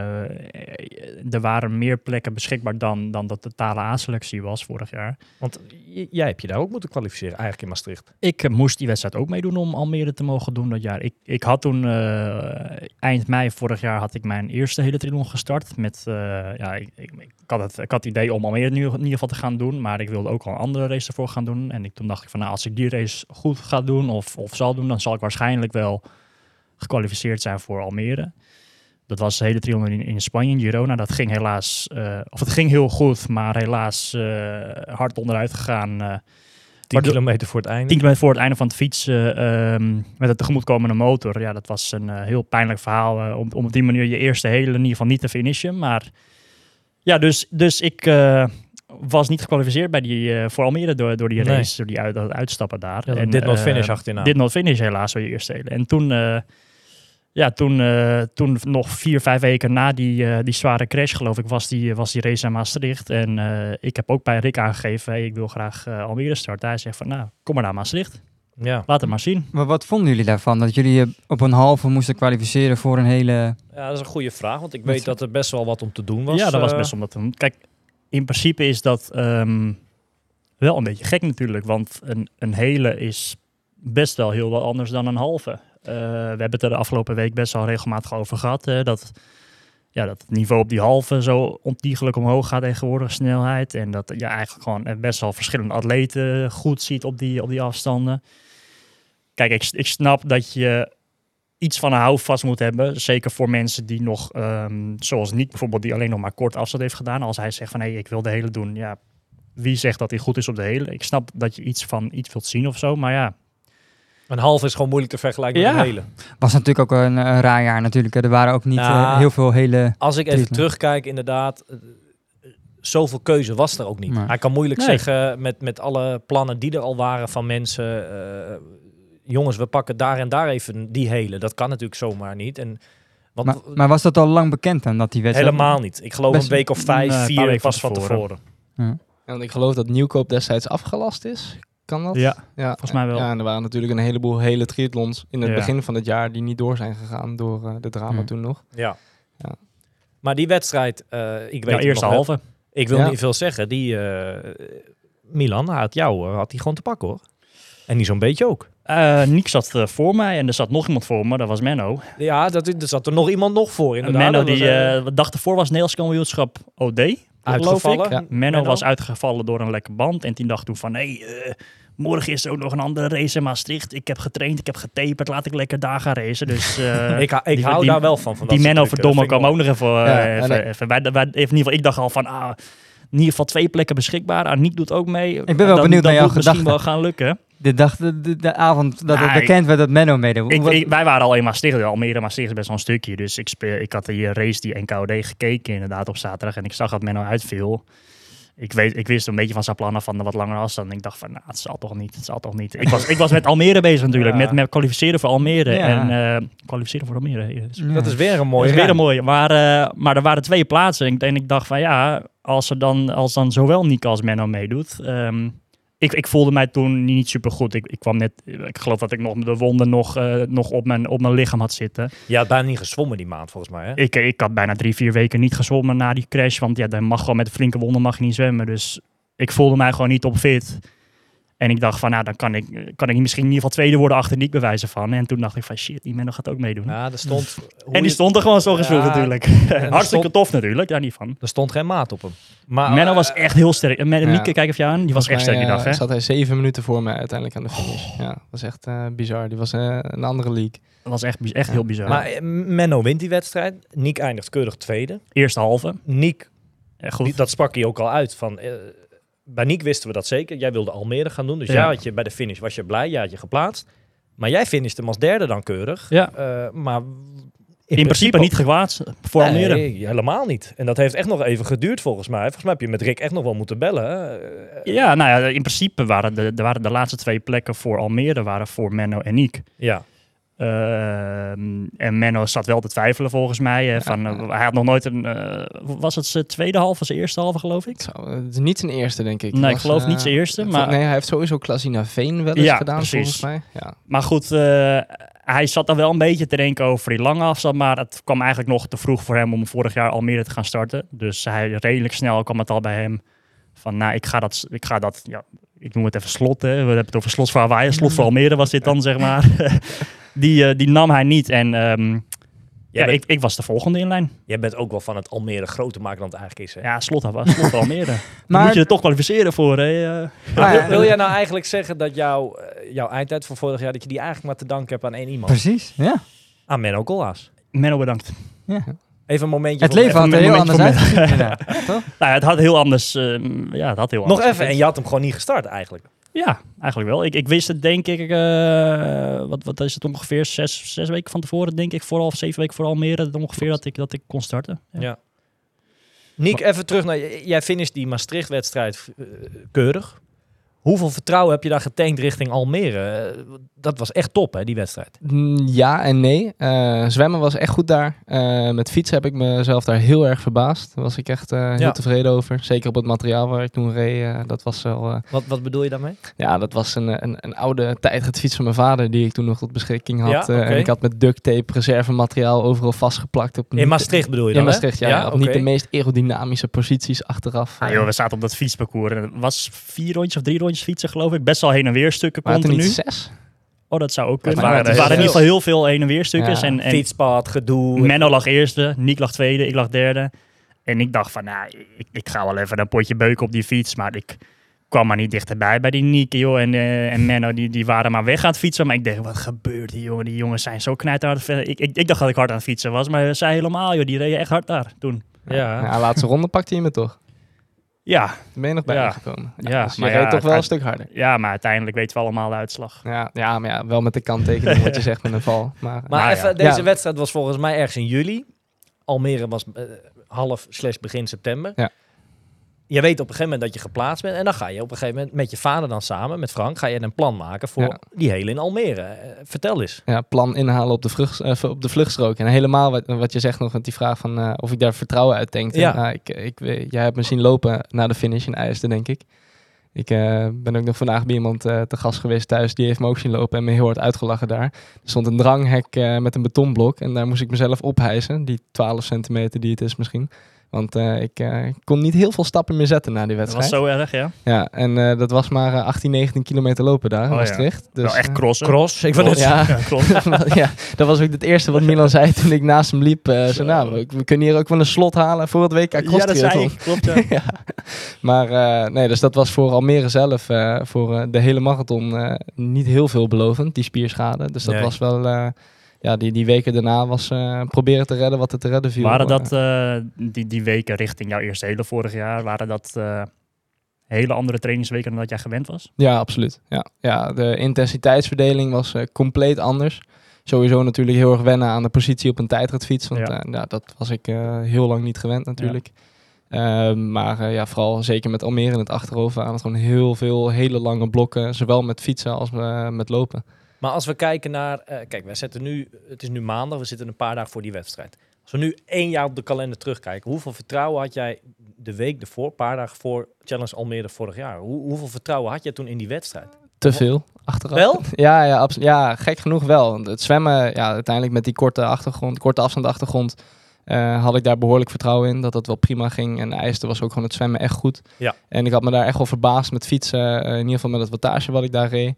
uh, er waren meer plekken beschikbaar dan, dan de totale A-selectie was vorig jaar. Want j- jij hebt je daar ook moeten kwalificeren, eigenlijk in Maastricht. Ik uh, moest die wedstrijd ook meedoen om Almere te mogen doen dat jaar. Ik, ik had toen, uh, eind mei vorig jaar, had ik mijn eerste hele triathlon gestart. Met, uh, ja, ik, ik, ik, had het, ik had het idee om Almere nu in ieder geval te gaan doen. Maar ik wilde ook al een andere race ervoor gaan doen. En ik, toen dacht ik van, nou, als ik die race goed ga doen of, of zal doen, dan zal ik waarschijnlijk wel gekwalificeerd zijn voor Almere. Dat was de hele triathlon in, in Spanje, in Girona. Dat ging helaas, uh, of het ging heel goed, maar helaas uh, hard onderuit gegaan. Uh, tien kilometer voor het einde. tien kilometer voor het einde van het fietsen um, met een tegemoetkomende motor. Ja, dat was een uh, heel pijnlijk verhaal uh, om, om op die manier je eerste hele in ieder geval niet te finishen. Maar ja, dus, dus ik uh, was niet gekwalificeerd bij die, uh, voor Almere door, door die race, Nee. door die uit, dat uitstappen daar. Ja, en, dit not uh, finish achterna. Dit not finish helaas voor je eerste hele. En toen... Uh, ja, toen, uh, toen nog vier, vijf weken na die, uh, die zware crash, geloof ik, was die, was die race aan Maastricht. En uh, ik heb ook bij Rick aangegeven, hey, ik wil graag uh, Almere starten. Hij zegt van, nou, kom maar naar Maastricht. Ja. Laat het maar zien. Maar wat vonden jullie daarvan? Dat jullie je op een halve moesten kwalificeren voor een hele... Ja, dat is een goede vraag, want ik weet dat er best wel wat om te doen was. Ja, dat was uh, best om dat te doen. Kijk, in principe is dat um, wel een beetje gek natuurlijk, want een, een hele is best wel heel wat anders dan een halve. Uh, we hebben het er de afgelopen week best wel regelmatig over gehad, hè, dat, ja, dat het niveau op die halve zo ontiegelijk omhoog gaat tegenwoordig, snelheid. En dat je ja, eigenlijk gewoon best wel verschillende atleten goed ziet op die, op die afstanden. Kijk, ik, ik snap dat je iets van een houvast moet hebben. Zeker voor mensen die nog, um, zoals Nick bijvoorbeeld, die alleen nog maar kort afstand heeft gedaan. Als hij zegt van, hé, hey, ik wil de hele doen. Ja, wie zegt dat hij goed is op de hele? Ik snap dat je iets van iets wilt zien of zo, maar ja. Een half is gewoon moeilijk te vergelijken ja. met een hele. Was natuurlijk ook een, een raar jaar natuurlijk. Er waren ook niet Ja, uh, heel veel hele... Als ik even terugkijk, inderdaad, uh, zoveel keuze was er ook niet. Nee. Hij kan moeilijk Nee. zeggen met, met alle plannen die er al waren van mensen... Uh, jongens, we pakken daar en daar even die hele. Dat kan natuurlijk zomaar niet. En, want, Maar, maar was dat al lang bekend dan, dat die wedstrijd? helemaal niet. Ik geloof Best- een week of vijf, Nee, een vier paar weken pas van van tevoren. tevoren. Ja. Ja, want ik geloof dat Nieuwkoop destijds afgelast is. Kan dat? Ja, ja, volgens mij wel. Ja, en er waren natuurlijk een heleboel hele triathlons in het Ja. begin van het jaar die niet door zijn gegaan door uh, de drama Ja. toen nog. Ja. Ja. Maar die wedstrijd, uh, ik weet ja het eerste nog wel. halve. Ik wil Ja. niet veel zeggen. Die uh, Milan had jou, uh, had hij gewoon te pakken hoor. En niet zo'n beetje ook. Uh, Nick zat uh, voor mij en er zat nog iemand voor me, dat was Menno. Ja, dat, er zat er nog iemand nog voor En inderdaad. Menno, Dat die was, uh, uh, de dag ervoor was het Nederlands kampioenschap O D, geloof Uitgevallen. ik. Ja. Menno, Menno. was uitgevallen door een lekke band en die dacht toen van, hé, hey, uh, morgen is er ook nog een andere race in Maastricht. Ik heb getraind, ik heb getaperd, laat ik lekker daar gaan racen. Dus uh, ik, ik die- hou die- daar wel van. van dat die soort Menno trucken. verdomme Dat kwam ook vind ik nog even, uh, Ja, even, en- even wij, wij, in ieder geval, ik dacht al van, ah, in ieder geval twee plekken beschikbaar. Aniek doet ook mee. Ik ben wel Dan- benieuwd dan naar jouw moet het misschien gedachten. wel gaan lukken. De dag, de, de, de avond dat het Nee. bekend werd dat Menno meedeed. Ik, Wat- ik- wij waren al in Maastricht, Almere, Maastricht is best wel een stukje. Dus ik, speel, ik had die race, die N K O D, gekeken inderdaad op zaterdag. En ik zag dat Menno uitviel. Ik, weet, ik wist een beetje van zijn plannen van de wat langere afstand. En ik dacht van, nou, het zal toch niet, het zal toch niet. Ik was, ik was met Almere bezig natuurlijk, Ja. met, met kwalificeren voor Almere. Ja. En uh, kwalificeren voor Almere. Ja, Ja. Dat is weer een dat mooie is weer rij. een mooie. Maar, uh, maar er waren twee plaatsen. En ik, en ik dacht van, ja, als, er dan, als dan zowel Nico als Menno meedoet... Um, Ik, ik voelde mij toen niet super goed. Ik, ik kwam net, ik geloof dat ik nog de wonden nog, uh, nog op, mijn, op mijn lichaam had zitten. Je had bijna niet gezwommen die maand volgens mij hè? Ik, ik had bijna drie, vier weken niet gezwommen na die crash. Want ja, dan mag gewoon met een flinke wonden mag je niet zwemmen. Dus ik voelde mij gewoon niet op fit. En ik dacht van, nou, dan kan ik, kan ik misschien in ieder geval tweede worden achter Nick bewijzen van. En toen dacht ik van, shit, die Menno gaat ook meedoen. Ja, er stond... hoe en die je- stond er gewoon zo gespeeld Ja, natuurlijk. er Hartstikke stond- tof natuurlijk, daar niet van. Er stond geen maat op hem. Maar, Menno uh, was echt heel sterk. En ja. Mieke, kijk even aan, die was echt sterk die dag, hè? Zat hij zeven minuten voor mij uiteindelijk aan de finish. Ja, dat was echt uh, bizar. Die was uh, een andere league. Dat was echt, echt heel bizar. Maar uh, Menno wint die wedstrijd. Nick eindigt keurig tweede. Eerste halve. Nick, Echt goed. die, dat sprak hij ook al uit. Van, uh, bij Nick wisten we dat zeker. Jij wilde Almere gaan doen. Dus Ja. ja, had je, bij de finish was je blij. Ja, had je geplaatst. Maar jij finishte hem als derde dan keurig. Ja. Uh, maar In, principe niet gewaad voor Almere. Nee, helemaal niet. En dat heeft echt nog even geduurd volgens mij. Volgens mij heb je met Rick echt nog wel moeten bellen. Hè? Uh, Ja, nou ja, in principe waren de, er waren de laatste twee plekken voor Almere waren voor Menno en Nick. ja. Uh, en Menno zat wel te twijfelen volgens mij. Hè, van, uh, hij had nog nooit een... Uh, was het zijn tweede halve of zijn eerste halve, geloof ik? Zo, het is niet zijn eerste, denk ik. Nee, Was, ik geloof uh, niet zijn eerste. vol- Maar, Nee, hij heeft sowieso Klasina Veen wel eens Ja, gedaan, precies. volgens mij. Ja. maar goed, uh, hij zat dan wel een beetje te denken over die lange afstand. Maar het kwam eigenlijk nog te vroeg voor hem om vorig jaar Almere te gaan starten. Dus hij redelijk snel kwam het al bij hem van, nou, ik ga dat... Ik ga dat ja, ik noem het even slot, hè. We hebben het over slot voor Hawaii. Slot voor Almere was dit dan, zeg maar. die, uh, die nam hij niet. En um, ja, bent- ik, ik was de volgende in lijn. Jij bent ook wel van het Almere groter maken dan het eigenlijk is. Hè? Ja, slot, was slot voor Almere. Maar Maar- moet je er toch kwalificeren voor, hè? Uh, Ah, wil, ja, wil jij nou eigenlijk zeggen dat jouw, uh, jouw eindtijd van vorig jaar, dat je die eigenlijk maar te danken hebt aan één iemand? Precies, ja. Aan Menno Koolhaas. Menno, bedankt. ja. Even een momentje. Het voor leven had Menno. er heel moment anders voor uitgezien. inderdaad. Toch? Nou, het had heel anders... Uh, ja, het had heel Nog anders. even, en je had hem gewoon niet gestart eigenlijk. Ja, eigenlijk wel. Ik, ik wist het denk ik, uh, wat, wat is het ongeveer, zes, zes weken van tevoren, denk ik, vooral zeven weken voor Almere, ongeveer dat ik, dat ik kon starten. Ja. Ja. Nick, even terug naar... Jij finisht die Maastricht-wedstrijd uh, keurig. Hoe Hoeveel vertrouwen heb je daar getankt richting Almere? Uh, dat was echt top, hè, die wedstrijd. Mm, Ja en nee. Uh, zwemmen was echt goed daar. Uh, met fietsen heb ik mezelf daar heel erg verbaasd. Daar was ik echt uh, heel Ja. tevreden over. Zeker op het materiaal waar ik toen reed. Uh, dat was wel... Uh, Wat, wat bedoel je daarmee? ja, dat was een, een, een oude tijdritfiets van mijn vader die ik toen nog tot beschikking had. Ja, Uh, oké. en ik had met duct tape reservemateriaal overal vastgeplakt. Op In niet- Maastricht bedoel je In dan, Maastricht, ja. hè? ja, op oké. niet de meest aerodynamische posities achteraf. Ah, Uh, joh, we zaten op dat fietsparcours. En het was vier rondjes of drie rondjes fietsen, geloof ik. Best wel heen en weer stukken waren het er continu. niet zes? Oh, dat zou ook kunnen. Maar Maar het er is waren in veel. ieder geval heel veel heen en weer stukjes. Ja. En, en Fietspad, gedoe. Menno lag eerste, Niek lag tweede, ik lag derde. En ik dacht van, nou, ik, ik ga wel even een potje beuken op die fiets. Maar ik kwam maar niet dichterbij bij die Niek, joh. En, uh, en Menno, die, die waren maar weg aan het fietsen. Maar ik dacht, wat gebeurt hier, jongen? Die jongens zijn zo knijterhard. Ik, ik, ik dacht dat ik hard aan het fietsen was. Maar zij helemaal, joh. Die reden echt hard daar toen. Ja. Ja, laatste ronde pakte hij me toch? Ja, Dan ben je nog bij Ja. me gekomen. Ja, Ja, dus je maar reed ja, toch wel het- een stuk harder. ja, maar uiteindelijk weten we allemaal de uitslag. Ja, ja, maar ja, wel met de kanttekening wat je zegt met een val. Maar, Maar Nou even, ja. deze Ja. wedstrijd was volgens mij ergens in juli. Almere was uh, half slash begin september. Ja. Je weet op een gegeven moment dat je geplaatst bent. En dan ga je op een gegeven moment met je vader dan samen, met Frank, ga je een plan maken voor Ja. die hele in Almere. Uh, vertel eens. ja, plan inhalen op de, vlucht, eh, op de vluchtstrook. En helemaal wat, wat je zegt nog, met die vraag van uh, of ik daar vertrouwen uit tankte. Ja. Nou, ik, ik, weet- jij hebt me zien lopen naar de finish in IJsden, denk ik. Ik uh, ben ook nog vandaag bij iemand uh, te gast geweest thuis. Die heeft me ook zien lopen en me heel hard uitgelachen daar. Er stond een dranghek uh, met een betonblok. En daar moest ik mezelf ophijsen. Die twaalf centimeter die het is misschien. Want uh, ik uh, kon niet heel veel stappen meer zetten na die Dat wedstrijd. was zo erg, ja. Ja, en uh, dat was maar uh, achttien, negentien kilometer lopen daar in Oh, ja. Maastricht. Dus, Wel echt uh, crossen. Cross. Ik vond het. Ja. Ja, klopt. ja, dat was ook het eerste wat Milan zei toen ik naast hem liep. Uh, zo, nou, we, we kunnen hier ook wel een slot halen voor het W K Cross Ja, dat zei Triathlon. ik. Klopt, ja. Ja. Maar uh, nee, dus dat was voor Almere zelf, uh, voor uh, de hele marathon, uh, niet heel veelbelovend, die spierschade. Dus dat Nee. was wel, uh, ja, die, die weken daarna was uh, proberen te redden wat er te redden viel. Waren Uh, dat uh, die, die weken richting jouw eerste hele vorig jaar, waren dat uh, hele andere trainingsweken dan dat jij gewend was? Ja, absoluut. Ja. Ja, de intensiteitsverdeling was uh, compleet anders. Sowieso natuurlijk heel erg wennen aan de positie op een tijdritfiets. Want Ja. uh, ja, dat was ik uh, heel lang niet gewend natuurlijk. Uh, maar uh, ja, vooral zeker met Almere in het achterhoofd waren het gewoon heel veel hele lange blokken. Zowel met fietsen als uh, met lopen. Maar als we kijken naar... Uh, kijk, wij zetten nu... Het is nu maandag. We zitten een paar dagen voor die wedstrijd. Als we nu één jaar op de kalender terugkijken. Hoeveel vertrouwen had jij de week ervoor, een paar dagen voor Challenge Almere vorig jaar? Hoe, hoeveel vertrouwen had jij toen in die wedstrijd? Te veel achteraf. Wel? Ja, ja, abso- ja, gek genoeg wel. Want het zwemmen, ja, uiteindelijk met die korte achtergrond, korte afstand achtergrond, uh, had ik daar behoorlijk vertrouwen in dat het wel prima ging. En IJsden was ook gewoon het zwemmen echt goed. Ja. En ik had me daar echt wel verbaasd met fietsen, uh, in ieder geval met het wattage wat ik daar reed.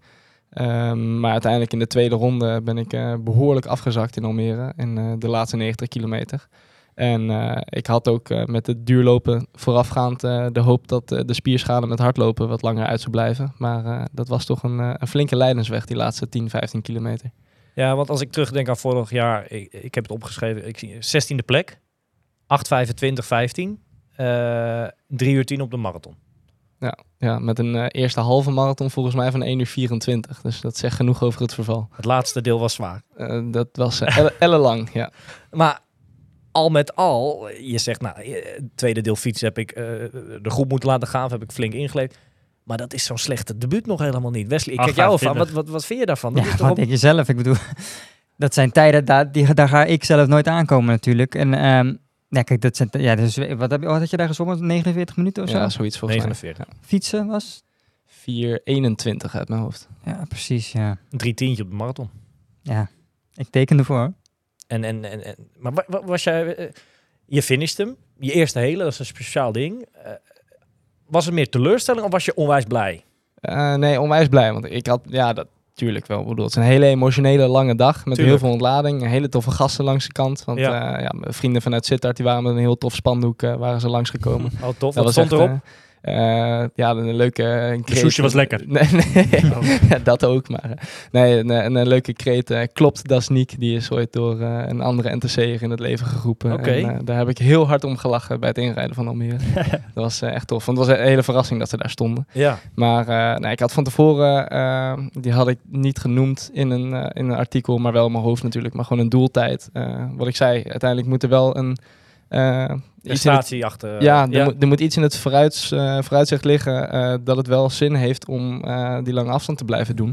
Um, maar uiteindelijk in de tweede ronde ben ik uh, behoorlijk afgezakt in Almere in uh, de laatste negentig kilometer. En uh, ik had ook uh, met het duurlopen voorafgaand uh, de hoop dat uh, de spierschade met hardlopen wat langer uit zou blijven. Maar uh, dat was toch een, uh, een flinke lijdensweg, die laatste tien, vijftien kilometer. Ja, want als ik terugdenk aan vorig jaar, ik, ik heb het opgeschreven, ik zie zestiende plek, acht vijfentwintig vijftien, uh, drie uur tien op de marathon. Ja, ja, met een uh, eerste halve marathon volgens mij van één uur vierentwintig. Dus dat zegt genoeg over het verval. Het laatste deel was zwaar. Uh, dat was uh, elle- ellenlang, ja. Maar al met al, je zegt, nou, het tweede deel fietsen heb ik uh, de groep moeten laten gaan, of heb ik flink ingeleefd. Maar dat is zo'n slechte debuut nog helemaal niet. Wesley, ik kijk jou af aan. Wat, wat, wat vind je daarvan? Dat Ja, is toch wat op- denk je zelf? Ik bedoel, dat zijn tijden, daar, die, daar ga ik zelf nooit aankomen natuurlijk. En um, ja, kijk, dat zijn, ja, dus, wat, heb je, wat had je daar gezongen? negenenveertig minuten of zo? Ja, zoiets volgens negenenveertig. mij. Ja. Fietsen was? vier eenentwintig uit mijn hoofd. Ja, precies, ja. Drie tientje op de marathon. Ja, ik teken ervoor. En, en, en, en, maar wa- wa- was jij... uh, je finished hem. Je eerste hele, dat is een speciaal ding. Uh, was het meer teleurstelling of was je onwijs blij? Uh, nee, onwijs blij. Want ik had, ja, dat tuurlijk wel. Ik bedoel, het is een hele emotionele lange dag met Tuurlijk. heel veel ontlading. Hele toffe gasten langs de kant. Want Ja. ja. Uh, ja, mijn vrienden vanuit Sittard, die waren met een heel tof spandoek, uh, waren ze langsgekomen. Oh, tof. Dat Wat was stond echt, erop? uh, Uh, ja, een leuke uh, kreet. sushi was lekker. Nee, nee. Oh. Ja, dat ook. Maar uh, nee, een, een, een leuke kreet. Uh, klopt, dat is Niek. Die is ooit door uh, een andere N T C'er in het leven geroepen. Oké. En, uh, daar heb ik heel hard om gelachen bij het inrijden van Almere. Dat was uh, echt tof. Want het was een hele verrassing dat ze daar stonden. Ja. Maar uh, nee, ik had van tevoren, uh, die had ik niet genoemd in een, uh, in een artikel, maar wel in mijn hoofd natuurlijk. Maar gewoon een doeltijd. Uh, wat ik zei, uiteindelijk moet er wel een... Uh, iets in het, Prestatie achter. ja, er, ja. Moet, er moet iets in het vooruit, uh, vooruitzicht liggen uh, dat het wel zin heeft om uh, die lange afstand te blijven doen.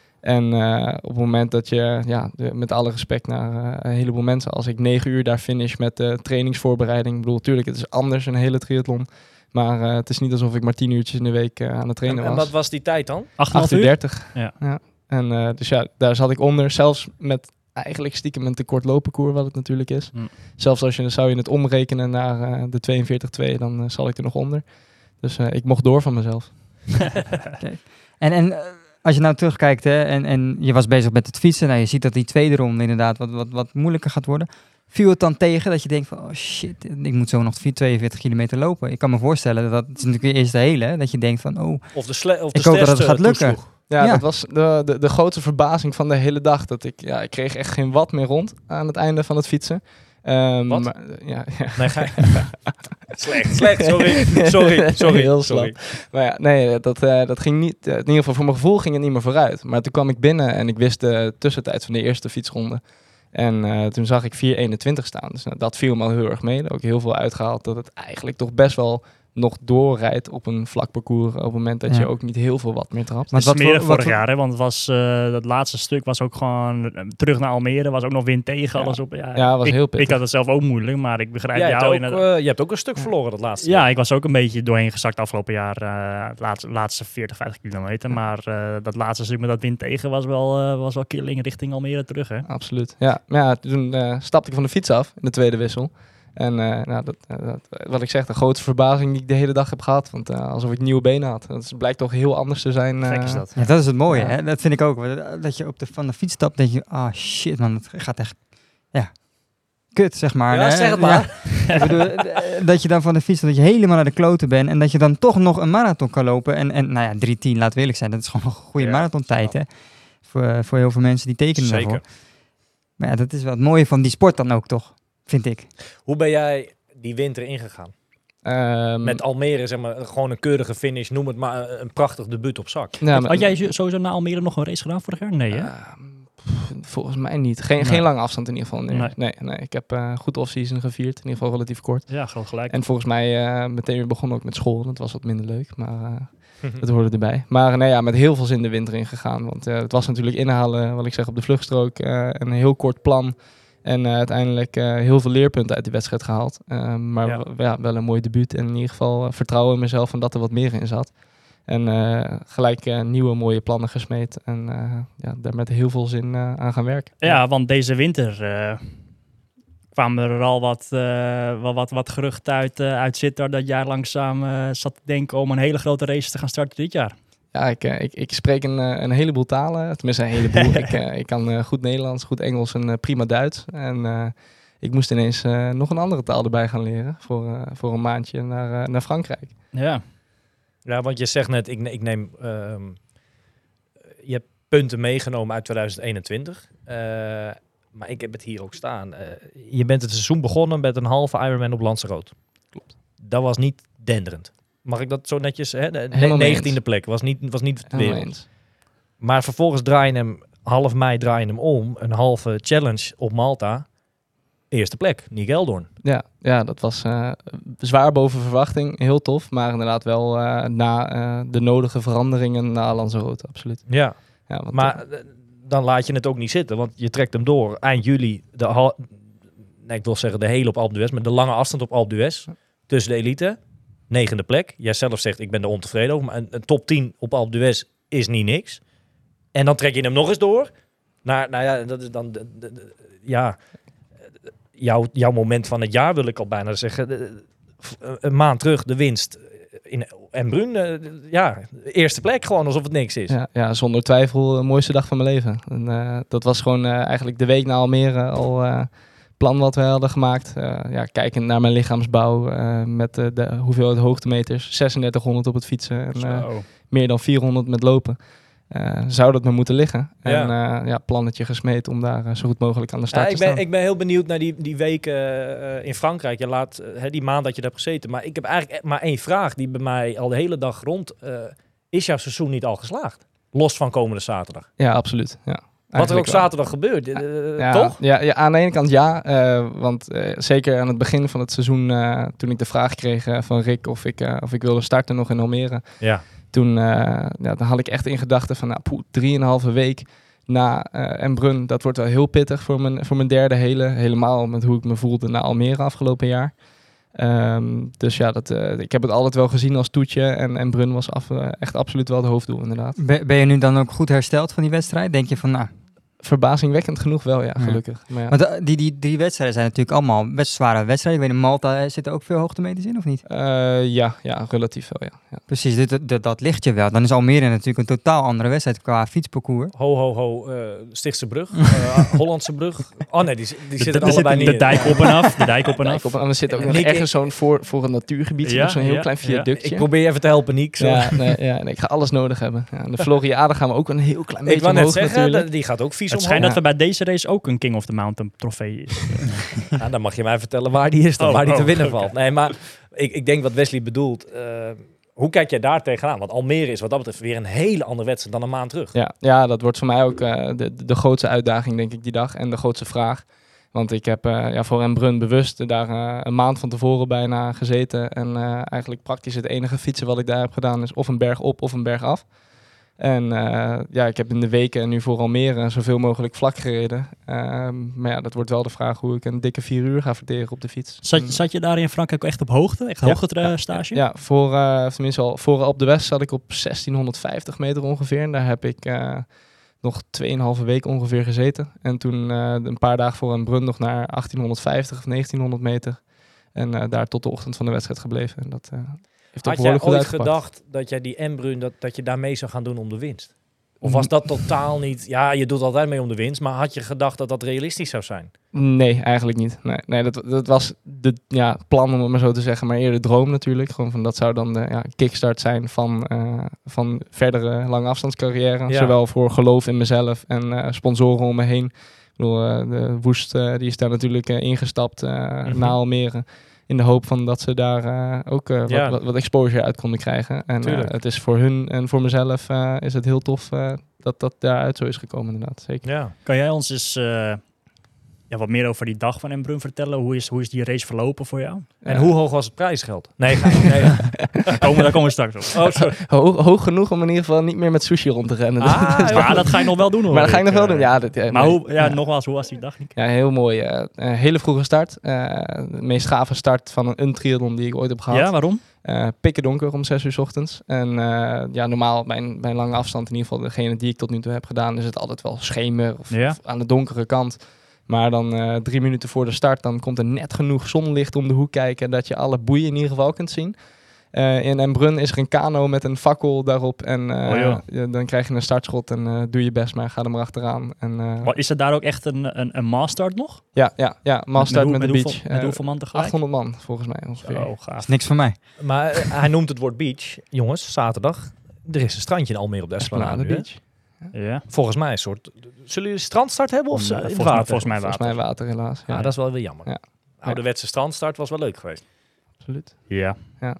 En uh, op het moment dat je, ja, de, met alle respect naar uh, een heleboel mensen, als ik negen uur daar finish met de trainingsvoorbereiding, ik bedoel, natuurlijk, het is anders een hele triathlon, maar uh, het is niet alsof ik maar tien uurtjes in de week uh, aan het trainen en, en was. wat was die tijd dan? acht uur dertig. Ja. ja. En uh, dus ja, daar zat ik onder, zelfs met eigenlijk stiekem een te kort lopenkoer, wat het natuurlijk is. Hm. Zelfs als je, zou je het omrekenen naar uh, de tweeënveertig twee, dan uh, zal ik er nog onder. Dus uh, ik mocht door van mezelf. Okay. En, en uh, als je nou terugkijkt hè, en, en je was bezig met het fietsen, nou, je ziet dat die tweede ronde inderdaad wat, wat, wat moeilijker gaat worden. Viel het dan tegen dat je denkt van, oh shit, ik moet zo nog tweeënveertig kilometer lopen. Ik kan me voorstellen dat dat het is natuurlijk de eerste hele, hè, dat je denkt van, oh, Of de, sle- of de ik hoop dat het sterkste gaat lukken. toesloeg. Ja, Ja. dat was de, de, de grote verbazing van de hele dag. Dat ik, ja, ik kreeg echt geen watt meer rond aan het einde van het fietsen. Um, Wat? Maar, ja, ja. Nee, ga je... slecht, slecht, sorry. Sorry, sorry. Heel sorry. Maar ja, nee, dat, uh, dat ging niet. Uh, in ieder geval voor mijn gevoel ging het niet meer vooruit. Maar toen kwam ik binnen en ik wist de tussentijd van de eerste fietsronde. En uh, toen zag ik vier eenentwintig staan. Dus nou, dat viel me al heel erg mee. Ook heel veel uitgehaald dat het eigenlijk toch best wel nog doorrijdt op een vlak parcours. Op het moment dat Ja. je ook niet heel veel watt meer trapt. Maar Het is wat meer voor- vorig wat voor- jaar, hè? Want het was, uh, dat laatste stuk was ook gewoon uh, terug naar Almere. Was ook nog wind tegen, Ja. alles op. Ja, Ja, was ik, heel pittig. ik had het zelf ook moeilijk, maar ik begrijp Jij hebt, jou. ook, inderdaad. uh, je hebt ook een stuk verloren dat laatste. Ja, ik was ook een beetje doorheen gezakt afgelopen jaar. Uh, het laatste, laatste veertig, vijftig kilometer. Maar uh, dat laatste stuk met dat wind tegen was wel, uh, was wel killing richting Almere terug, hè? Absoluut. Ja, maar ja, toen uh, stapte ik van de fiets af in de tweede wissel. En uh, nou, dat, uh, dat, wat ik zeg, de grootste verbazing die ik de hele dag heb gehad. Want uh, alsof ik nieuwe benen had. Dat is, blijkt toch heel anders te zijn. Gek uh, is dat. Ja, dat is het mooie, Ja. hè? Dat vind ik ook. Dat je op de, van de fiets stapt, denk je, ah shit man, het gaat echt, ja, kut zeg maar. Ja, hè? zeg het maar. Ja. Ik bedoel, eh, dat je dan van de fiets, dat je helemaal naar de kloten bent en dat je dan toch nog een marathon kan lopen. En, en nou ja, drie tien, laten we eerlijk zijn, dat is gewoon nog een goede Ja, marathontijd, hè? Voor, voor heel veel mensen die tekenen Zeker. daarvoor. Maar ja, dat is wel het mooie van die sport dan ook toch, vind ik. Hoe ben jij die winter ingegaan? Um, Met Almere, zeg maar, gewoon een keurige finish. Noem het maar een prachtig debuut op zak. ja, maar- Had jij sowieso na Almere nog een race gedaan vorig jaar? Nee, hè? Uh, pff, volgens mij niet. Geen, Nee. geen lange afstand in ieder geval. Nee, Nee. nee. nee, ik heb uh, goed off-season gevierd. In ieder geval relatief kort. Ja, groot gelijk. En volgens mij uh, meteen weer begonnen ook met school. Dat was wat minder leuk, maar uh, dat hoorde erbij. Maar nee, ja, met heel veel zin de winter ingegaan. Want uh, het was natuurlijk inhalen, wat ik zeg, op de vluchtstrook. Uh, een heel kort plan. En uh, uiteindelijk uh, heel veel leerpunten uit die wedstrijd gehaald. Uh, maar Ja. w- ja, wel een mooi debuut. En in ieder geval uh, vertrouwen in mezelf en dat er wat meer in zat. En uh, gelijk uh, nieuwe mooie plannen gesmeed. En uh, ja, daar met heel veel zin uh, aan gaan werken. Ja, want deze winter uh, kwamen er al wat, uh, wat, wat, wat geruchten uit, uh, uit Sittard dat jij langzaam uh, zat te denken om een hele grote race te gaan starten dit jaar. Ja, ik, uh, ik, ik spreek een, uh, een heleboel talen. Tenminste, een heleboel. ik, uh, ik kan uh, goed Nederlands, goed Engels en uh, prima Duits. En uh, ik moest ineens uh, nog een andere taal erbij gaan leren. Voor, uh, voor een maandje naar, uh, naar Frankrijk. Ja, Ja, want je zegt net, ik, ne- ik neem... ehm, je hebt punten meegenomen uit tweeduizend eenentwintig. Uh, maar ik heb het hier ook staan. Uh, je bent het seizoen begonnen met een halve Ironman op Lanzarote. Klopt. Dat was niet denderend. Mag ik dat zo netjes... Hè? De Helemaal mee negentiende eens. plek. Was niet, was niet het Helemaal wereld. eens. Maar vervolgens draai je hem... Half mei draai je hem om. Een halve challenge op Malta. Eerste plek. Nick Eldorn. Ja, ja, dat was uh, zwaar boven verwachting. Heel tof. Maar inderdaad wel uh, na uh, de nodige veranderingen na Lanzarote. Absoluut. Ja. Ja, want, Maar uh, eh, dan laat je het ook niet zitten, want je trekt hem door. Eind juli, de, hal- nee, ik wil zeggen de hele op Alpe d'Huez, maar de lange afstand op Alpe d'Huez. Tussen de elite, negende plek. Jij zelf zegt, ik ben er ontevreden over, maar een, een top tien op Alpe d'Huez is niet niks. En dan trek je hem nog eens door. Naar, nou ja, dat is dan, de, de- de- ja, jouw, jouw moment van het jaar wil ik al bijna zeggen. De- de- een maand terug, de winst in Embrun. eh, ja, eerste plek gewoon, alsof het niks is. ja, ja, zonder twijfel de mooiste dag van mijn leven. En, uh, dat was gewoon uh, eigenlijk de week na Almere al uh, plan wat we hadden gemaakt. Uh, ja, kijkend naar mijn lichaamsbouw uh, met uh, de hoeveelheid hoogtemeters. zesentdertighonderd op het fietsen en uh, Zo. meer dan vierhonderd met lopen. Uh, zou dat me moeten liggen. Ja. En uh, ja, plannetje gesmeed om daar uh, zo goed mogelijk aan de start Ja, te ik, ben, staan. ik ben heel benieuwd naar die, die weken uh, in Frankrijk. Je laat uh, die maand dat je daar hebt gezeten. Maar ik heb eigenlijk maar één vraag die bij mij al de hele dag rond. Uh, is jouw seizoen niet al geslaagd? Los van komende zaterdag. Ja, absoluut. Ja. Wat er ook Eigenlijk wel. zaterdag gebeurt, uh, Ja, toch? Ja, ja, aan de ene kant ja, uh, want uh, zeker aan het begin van het seizoen, uh, toen ik de vraag kreeg uh, van Rick of ik, uh, of ik wilde starten nog in Almere, Ja. toen uh, ja, dan had ik echt in gedachten van, nou, poeh, drieënhalve week na uh, Embrun, dat wordt wel heel pittig voor mijn, voor mijn derde hele, helemaal met hoe ik me voelde na Almere afgelopen jaar. Um, dus ja, dat, uh, ik heb het altijd wel gezien als toetje en Embrun was af, uh, echt absoluut wel het hoofddoel inderdaad. Ben, ben je nu dan ook goed hersteld van die wedstrijd? Denk je van, nou... Verbazingwekkend genoeg wel, ja, gelukkig. Ja. Maar ja. Want uh, die, die drie wedstrijden zijn natuurlijk allemaal best zware wedstrijden. Ik weet in Malta zitten ook veel hoogtemeters in, of niet? Uh, ja, ja, relatief wel, ja. ja. Precies, dit, dit, dat ligt je wel. Dan is Almere natuurlijk een totaal andere wedstrijd qua fietsparcours. Ho, ho, ho. Uh, Stichtse brug. Uh, Hollandse brug. Oh nee, die, die De, zitten de, allebei de, niet de dijk op en af. De dijk op en Kijk, af. op, en er zit ook nog Nick, ergens zo'n voor, voor een natuurgebied, Ja, zo'n heel ja, klein ja. viaductje. Ik probeer je even te helpen, Niek. Zo. Ja, nee, ja nee, ik ga alles nodig hebben. Ja, de Floriade gaan we ook een heel klein beetje Ik wou net omhoog zeggen, natuurlijk. dat- die gaat ook vies Het omhoog. schijnt dat Ja. we bij deze race ook een King of the Mountain trofee is. Ja, dan mag je mij vertellen waar die is dan, Oh, waar die te oh, winnen oké. valt. Nee, maar ik, ik denk wat Wesley bedoelt. Uh, hoe kijk jij daar tegenaan? Want Almere is wat dat betreft weer een hele andere wedstrijd dan een maand terug. Ja, ja, dat wordt voor mij ook uh, de, de grootste uitdaging, denk ik, die dag. En de grootste vraag. Want ik heb uh, ja, voor Embrun bewust daar uh, een maand van tevoren bijna gezeten. En uh, eigenlijk praktisch het enige fietsen wat ik daar heb gedaan is of een berg op of een berg af. En uh, ja, ik heb in de weken nu voor Almere zoveel mogelijk vlak gereden. Um, maar ja, dat wordt wel de vraag hoe ik een dikke vier uur ga verteren op de fiets. Zat, zat je daar in Frankrijk echt op hoogte? Echt Ja. hoogtestage? Ja, voor, uh, tenminste al voor op de West zat ik op zestienhonderdvijftig meter ongeveer. En daar heb ik uh, nog tweeënhalve week ongeveer gezeten. En toen uh, een paar dagen voor een Brun nog naar achttienhonderdvijftig of negentienhonderd meter. En uh, daar tot de ochtend van de wedstrijd gebleven. En dat uh, heeft toch Had jij behoorlijk goed ooit uitgepakt. gedacht dat jij die Embrun, dat, dat je daarmee zou gaan doen om de winst? Of was dat totaal niet... Ja, je doet altijd mee om de winst, maar had je gedacht dat dat realistisch zou zijn? Nee, eigenlijk niet. Nee, nee dat, dat was de ja, plan, om het maar zo te zeggen, maar eerder droom natuurlijk. Gewoon van, dat zou dan de ja, kickstart zijn van, uh, van verdere lange afstandscarrière. Ja. Zowel voor geloof in mezelf en uh, sponsoren om me heen. Ik bedoel, uh, de Woest uh, die is daar natuurlijk uh, ingestapt uh, Mhm. na Almere. In de hoop van dat ze daar uh, ook uh, Ja. wat, wat, wat exposure uit konden krijgen. En uh, Tuurlijk. het is voor hun en voor mezelf uh, is het heel tof uh, dat dat daaruit zo is gekomen inderdaad. Zeker. Ja. Kan jij ons eens uh, ja, wat meer over die dag van Embrun vertellen? Hoe is, hoe is die race verlopen voor jou? En Ja. hoe hoog was het prijsgeld? Nee, ga nee, ja. Daar komen, daar komen we straks op. Oh, sorry. Hoog, hoog genoeg om in ieder geval niet meer met sushi rond te rennen. Ah, Dat is Maar dat ga je nog wel doen hoor. Maar dat ga ik nog wel uh, doen. Ja, dat, ja, Maar nee. hoe, ja, ja. nogmaals, hoe was die dag? Nick? Ja, heel mooi. Uh, een hele vroege start. Uh, de meest gave start van een, een triathlon die ik ooit heb gehad. Ja, waarom? Uh, pikken donker om zes uur 's ochtends. En uh, ja, normaal bij een, bij een lange afstand, in ieder geval degene die ik tot nu toe heb gedaan, is het altijd wel schemer of, Ja. of aan de donkere kant. Maar dan uh, drie minuten voor de start, dan komt er net genoeg zonlicht om de hoek kijken dat je alle boeien in ieder geval kunt zien. Uh, in Embrun is er een kano met een fakkel daarop en uh, Oh, joh. ja, dan krijg je een startschot en uh, doe je best maar, ga er maar achteraan. En, uh, Maar is er daar ook echt een, een, een maastart nog? ja, ja, ja, master hoe- met, de hoeveel, beach. Met Uh, hoeveel man tegelijk? achthonderd man volgens mij ongeveer. Oh, gaaf. Niks van mij. Maar uh, hij noemt het woord beach. Jongens, zaterdag. Er is een strandje in Almere op de Esplanade. Esplanade nu, hè? Beach. Ja. Volgens mij een soort... Zullen jullie strandstart hebben of Nee, in volgens het mij- water? volgens mij Volgens mij water helaas. Ja, Ja, dat is wel weer jammer. Ja. Ouderwetse strandstart was wel leuk geweest. absoluut. Ja.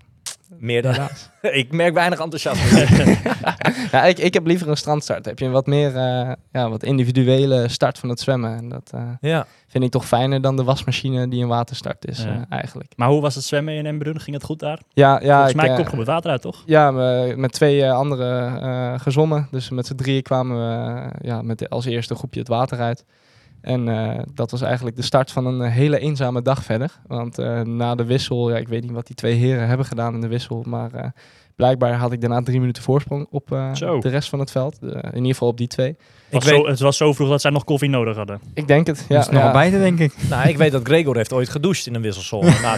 Meer dan... Helaas. ik merk weinig enthousiasme. Ja, ik, ik heb liever een strandstart. Heb je een wat meer uh, ja, wat individuele start van het zwemmen. En dat uh, ja. vind ik toch fijner dan de wasmachine die een waterstart is Ja. uh, eigenlijk. Maar hoe was het zwemmen in Embrun? Ging het goed daar? Ja, ja, Volgens ik, mij uh, komt het water uit, toch? ja me- met twee uh, anderen uh, gezwommen. Dus met z'n drieën kwamen we uh, ja, met de, als eerste groepje het water uit. En uh, dat was eigenlijk de start van een uh, hele eenzame dag verder. Want uh, na de wissel, ja, ik weet niet wat die twee heren hebben gedaan in de wissel, maar uh, blijkbaar had ik daarna drie minuten voorsprong op uh, Zo. de rest van het veld. Uh, in ieder geval op die twee. Ik Was weet, zo, het was zo vroeg dat zij nog koffie nodig hadden. Ik denk het. Ja, Ja, is nog ja. al buiten, denk ik. nou, ik weet dat Gregor heeft ooit gedoucht in een wisselzone. Nou,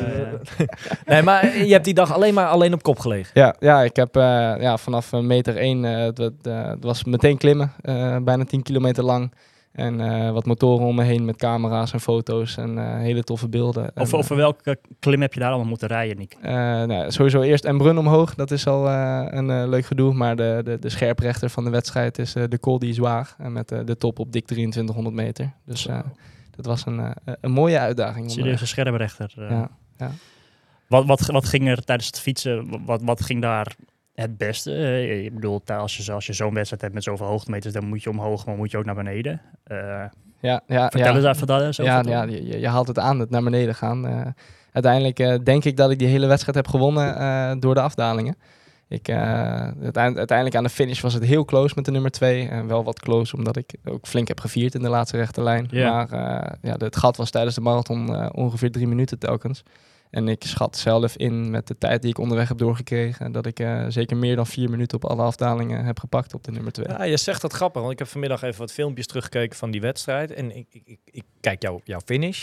nee, maar je hebt die dag alleen maar alleen op kop gelegen. Ja, ja, ik heb uh, ja, vanaf uh, meter één, uh, het, het, uh, het was meteen klimmen, uh, bijna tien kilometer lang. En uh, wat motoren om me heen met camera's en foto's en uh, hele toffe beelden. Of en, over welke klim heb je daar allemaal moeten rijden, Nick? uh, nou, sowieso eerst Embrun omhoog, dat is al uh, een uh, leuk gedoe. Maar de, de, de scherprechter van de wedstrijd is uh, de Col d'Izoire. En met uh, de top op dik drieëntwintighonderd meter. Dus uh, dat was een, uh, een mooie uitdaging. onderweg. Serieuze schermrechter. Uh. Ja, ja. Wat, wat, wat ging er tijdens het fietsen, wat, wat ging daar het beste. Uh, ik bedoel, als je, als je zo'n wedstrijd hebt met zoveel hoogtemeters, dan moet je omhoog, maar moet je ook naar beneden. Uh, ja, ja, vertel ja. eens even dat. Zo ja, ja je, je haalt het aan, het naar beneden gaan. Uh, uiteindelijk uh, denk ik dat ik die hele wedstrijd heb gewonnen uh, door de afdalingen. Ik, uh, uiteindelijk aan de finish was het heel close met de nummer twee. En wel wat close, omdat ik ook flink heb gevierd in de laatste rechte lijn. Yeah. Maar uh, ja, het gat was tijdens de marathon uh, ongeveer drie minuten telkens. En ik schat zelf in met de tijd die ik onderweg heb doorgekregen, dat ik uh, zeker meer dan vier minuten op alle afdalingen heb gepakt op de nummer twee. Ja, je zegt dat grappig, want ik heb vanmiddag even wat filmpjes teruggekeken van die wedstrijd. En ik, ik, ik, ik kijk jou, jouw finish.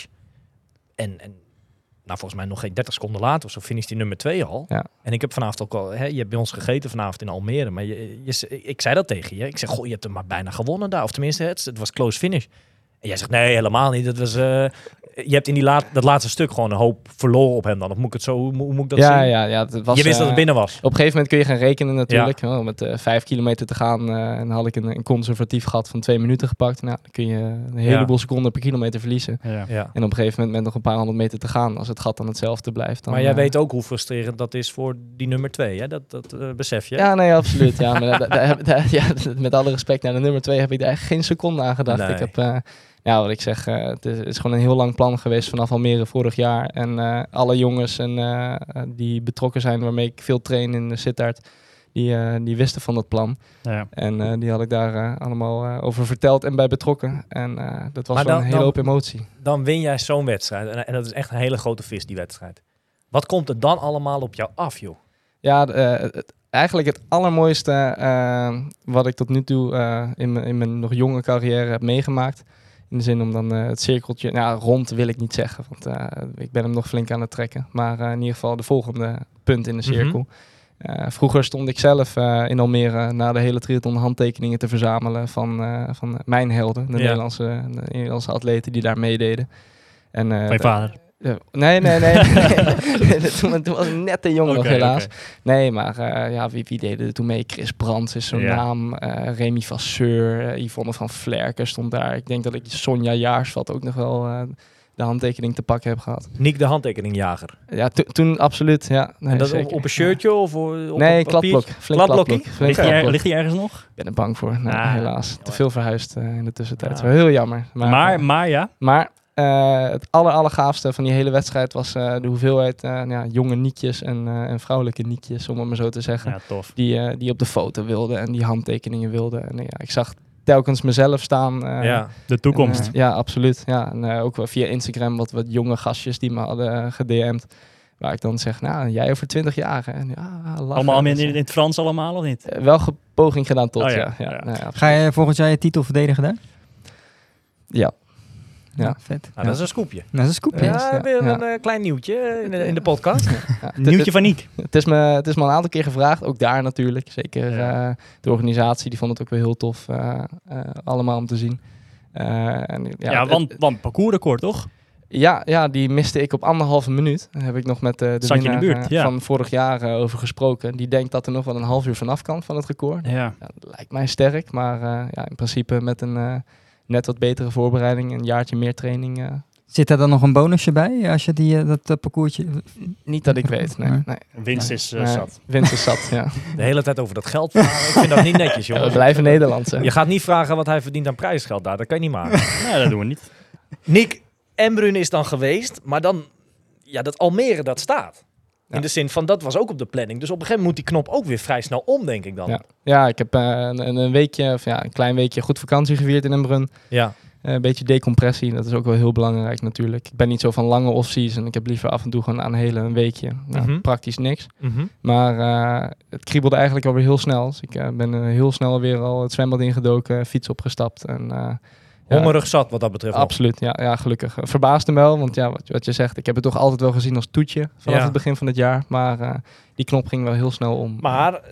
En, en nou, volgens mij nog geen dertig seconden later of zo finish die nummer twee al. Ja. En ik heb vanavond ook al, hè, je hebt bij ons gegeten vanavond in Almere. Maar je, je, ik zei dat tegen je. Ik zeg, goh, je hebt hem maar bijna gewonnen daar. Of tenminste, het, het was close finish. En jij zegt, nee, helemaal niet. Dat was, uh, je hebt in die laat, dat laatste stuk gewoon een hoop verloren op hem dan. Of moet ik het zo, hoe, hoe moet ik dat ja, zien? Ja, ja, het was, je wist uh, dat het binnen was. Op een gegeven moment kun je gaan rekenen natuurlijk. Ja. Oh, met uh, vijf kilometer te gaan uh, en had ik een, een conservatief gat van twee minuten gepakt. Nou, dan kun je een heleboel ja. seconden per kilometer verliezen. Ja. Ja. En op een gegeven moment met nog een paar honderd meter te gaan, als het gat dan hetzelfde blijft. Dan, maar jij uh, weet ook hoe frustrerend dat is voor die nummer twee, hè? Dat, dat uh, besef je? Ja, nee, absoluut. Ja, maar da, da, da, ja, met alle respect naar de nummer twee heb ik daar echt geen seconde aan gedacht. Nee. Ik heb... Uh, Ja, wat ik zeg, uh, het, is, het is gewoon een heel lang plan geweest vanaf Almere vorig jaar. En uh, alle jongens en, uh, die betrokken zijn, waarmee ik veel train in de Sittard, die, uh, die wisten van dat plan. Ja. En uh, die had ik daar uh, allemaal uh, over verteld en bij betrokken. En uh, dat was Maar wel dan, een hele dan, hoop emotie. Dan win jij zo'n wedstrijd. En, en dat is echt een hele grote vis, die wedstrijd. Wat komt er dan allemaal op jou af, joh? Ja, uh, het, eigenlijk het allermooiste uh, wat ik tot nu toe uh, in, m- in mijn nog jonge carrière heb meegemaakt. In de zin om dan uh, het cirkeltje, nou rond wil ik niet zeggen, want uh, ik ben hem nog flink aan het trekken. Maar uh, in ieder geval de volgende punt in de cirkel. Mm-hmm. Uh, vroeger stond ik zelf uh, in Almere na de hele triathlon handtekeningen te verzamelen van, uh, van mijn helden. De, ja. Nederlandse, de Nederlandse atleten die daar meededen. En, uh, van je vader? Uh, nee, nee, nee. nee. toen, toen was ik net te jong okay, nog, helaas. Okay. Nee, maar uh, ja, wie, wie deden er toen mee? Chris Brands is zo'n ja. naam. Uh, Remy Vasseur, uh, Yvonne van Vlerken stond daar. Ik denk dat ik Sonja Jaarsveld ook nog wel uh, de handtekening te pakken heb gehad. Nick de handtekeningjager? Ja, to- toen absoluut, ja. Nee, en dat zeker. Op, op een shirtje of op nee, kladblok. Flink kladblok. Ligt hij er, ergens nog? Ik ben er bang voor, nee, ah, helaas. Te veel verhuisd uh, in de tussentijd. Ja. Wel heel jammer. Maar, maar, uh, maar ja. Maar... Uh, het aller, allergaafste van die hele wedstrijd was uh, de hoeveelheid uh, ja, jonge nietjes en, uh, en vrouwelijke nietjes, om het maar zo te zeggen. Ja, tof. Die, uh, die op de foto wilden en die handtekeningen wilden. En uh, ja, ik zag telkens mezelf staan. Uh, ja, de toekomst. En, uh, ja, absoluut. Ja, en uh, ook via Instagram wat, wat jonge gastjes die me hadden uh, ged'd. Waar ik dan zeg, nou, jij over twintig jaar. Hè? En, ja, lachen, allemaal in, in, in het Frans allemaal, of niet? Uh, wel poging gedaan tot, oh, ja. ja. ja, ja. Nou, ja Ga je volgend jaar je titel verdedigen daar? Ja. Ja, ja, vet. Nou, ja. dat is een scoopje. Dat is een scoopje. Ja, ja, weer ja. een uh, klein nieuwtje in de, in de podcast. Ja, ja. Nieuwtje van Niek. Het is, me, het is me een aantal keer gevraagd, ook daar natuurlijk. Zeker Ja. uh, de organisatie, die vond het ook weer heel tof uh, uh, allemaal om te zien. Uh, en, Ja, ja, want, het, want parcoursrecord, toch? Ja, ja, die miste ik op anderhalve minuut. Daar heb ik nog met uh, de Zat je winnaar in de buurt, uh, ja. van vorig jaar uh, over gesproken. Die denkt dat er nog wel een half uur vanaf kan van het record. Ja. Ja, dat lijkt mij sterk, maar uh, ja, in principe met een uh, net wat betere voorbereiding, een jaartje meer training... Uh, Zit er dan nog een bonusje bij als je die, uh, dat uh, parcoursje... niet dat ik weet, nee. nee. Winst is uh, nee, zat. Winst is zat, ja. De hele tijd over dat geld vragen. Ik vind dat niet netjes, Ja, jongens. we blijven Nederlands, hè. Je gaat niet vragen wat hij verdient aan prijsgeld daar. Dat kan je niet maken. Nee, dat doen we niet. Nick Embrun is dan geweest, maar dan... Ja, dat Almere, dat staat. In Ja. de zin van, dat was ook op de planning. Dus op een gegeven moment moet die knop ook weer vrij snel om, denk ik dan. Ja, ja ik heb uh, een, een weekje, of ja, een klein weekje goed vakantie gevierd in Embrun. Ja. Uh, een beetje decompressie, dat is ook wel heel belangrijk natuurlijk. Ik ben niet zo van lange off-season. Ik heb liever af en toe gewoon aan een hele een weekje. Nou, Mhm. praktisch niks. Mm-hmm. Maar uh, het kriebelde eigenlijk alweer heel snel. Dus ik uh, ben uh, heel snel weer al het zwembad ingedoken, fiets opgestapt. En, uh, Hongerig zat wat dat betreft. nog. absoluut, ja, ja, gelukkig. Uh, verbaasde me wel, want ja, wat, wat je zegt, ik heb het toch altijd wel gezien als toetje vanaf Ja. het begin van het jaar. Maar uh, die knop ging wel heel snel om. Maar, eh,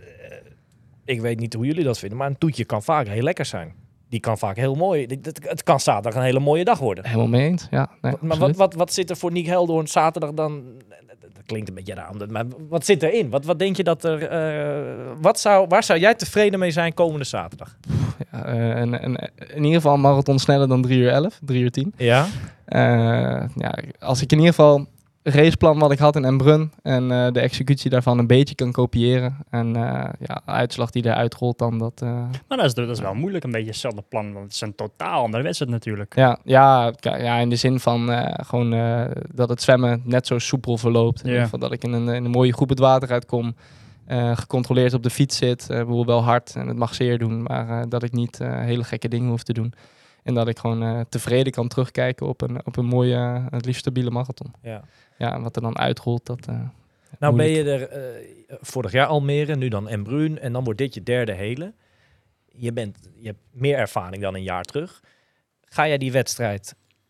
ik weet niet hoe jullie dat vinden, maar een toetje kan vaak heel lekker zijn. Die kan vaak heel mooi... dit- dit- Het kan zaterdag een hele mooie dag worden. Helemaal mee eens, ja. Nee, maar wat, absoluut. wat, wat zit er voor Nick Heldoorn zaterdag dan... Dat klinkt een beetje raar, maar wat zit erin? Wat, wat denk je dat er... Uh, wat zou, waar zou jij tevreden mee zijn komende zaterdag? Ja, uh, en, en, in ieder geval een marathon sneller dan drie uur elf, drie uur tien. Ja? Uh, ja, als ik in ieder geval raceplan wat ik had in Embrun en uh, de executie daarvan een beetje kan kopiëren. En uh, ja, de uitslag die eruit rolt dan dat... Uh, maar dat is, dat is wel moeilijk, een beetje hetzelfde plan, want het is een totaal andere wedstrijd natuurlijk. Ja, ja, ja in de zin van uh, gewoon uh, dat het zwemmen net zo soepel verloopt. In Ja. ieder geval dat ik in een, in een mooie groep het water uitkom, uh, gecontroleerd op de fiets zit, uh, bedoel wel hard en het mag zeer doen, maar uh, dat ik niet uh, hele gekke dingen hoef te doen. En dat ik gewoon uh, tevreden kan terugkijken op een, op een mooie, uh, het liefst stabiele marathon. Ja. Ja, en wat er dan uitrolt, dat... Uh, Nou moeilijk. ben je er uh, vorig jaar Almere, nu dan Embrun en dan wordt dit je derde hele. Je, bent, je hebt meer ervaring dan een jaar terug. Ga jij die wedstrijd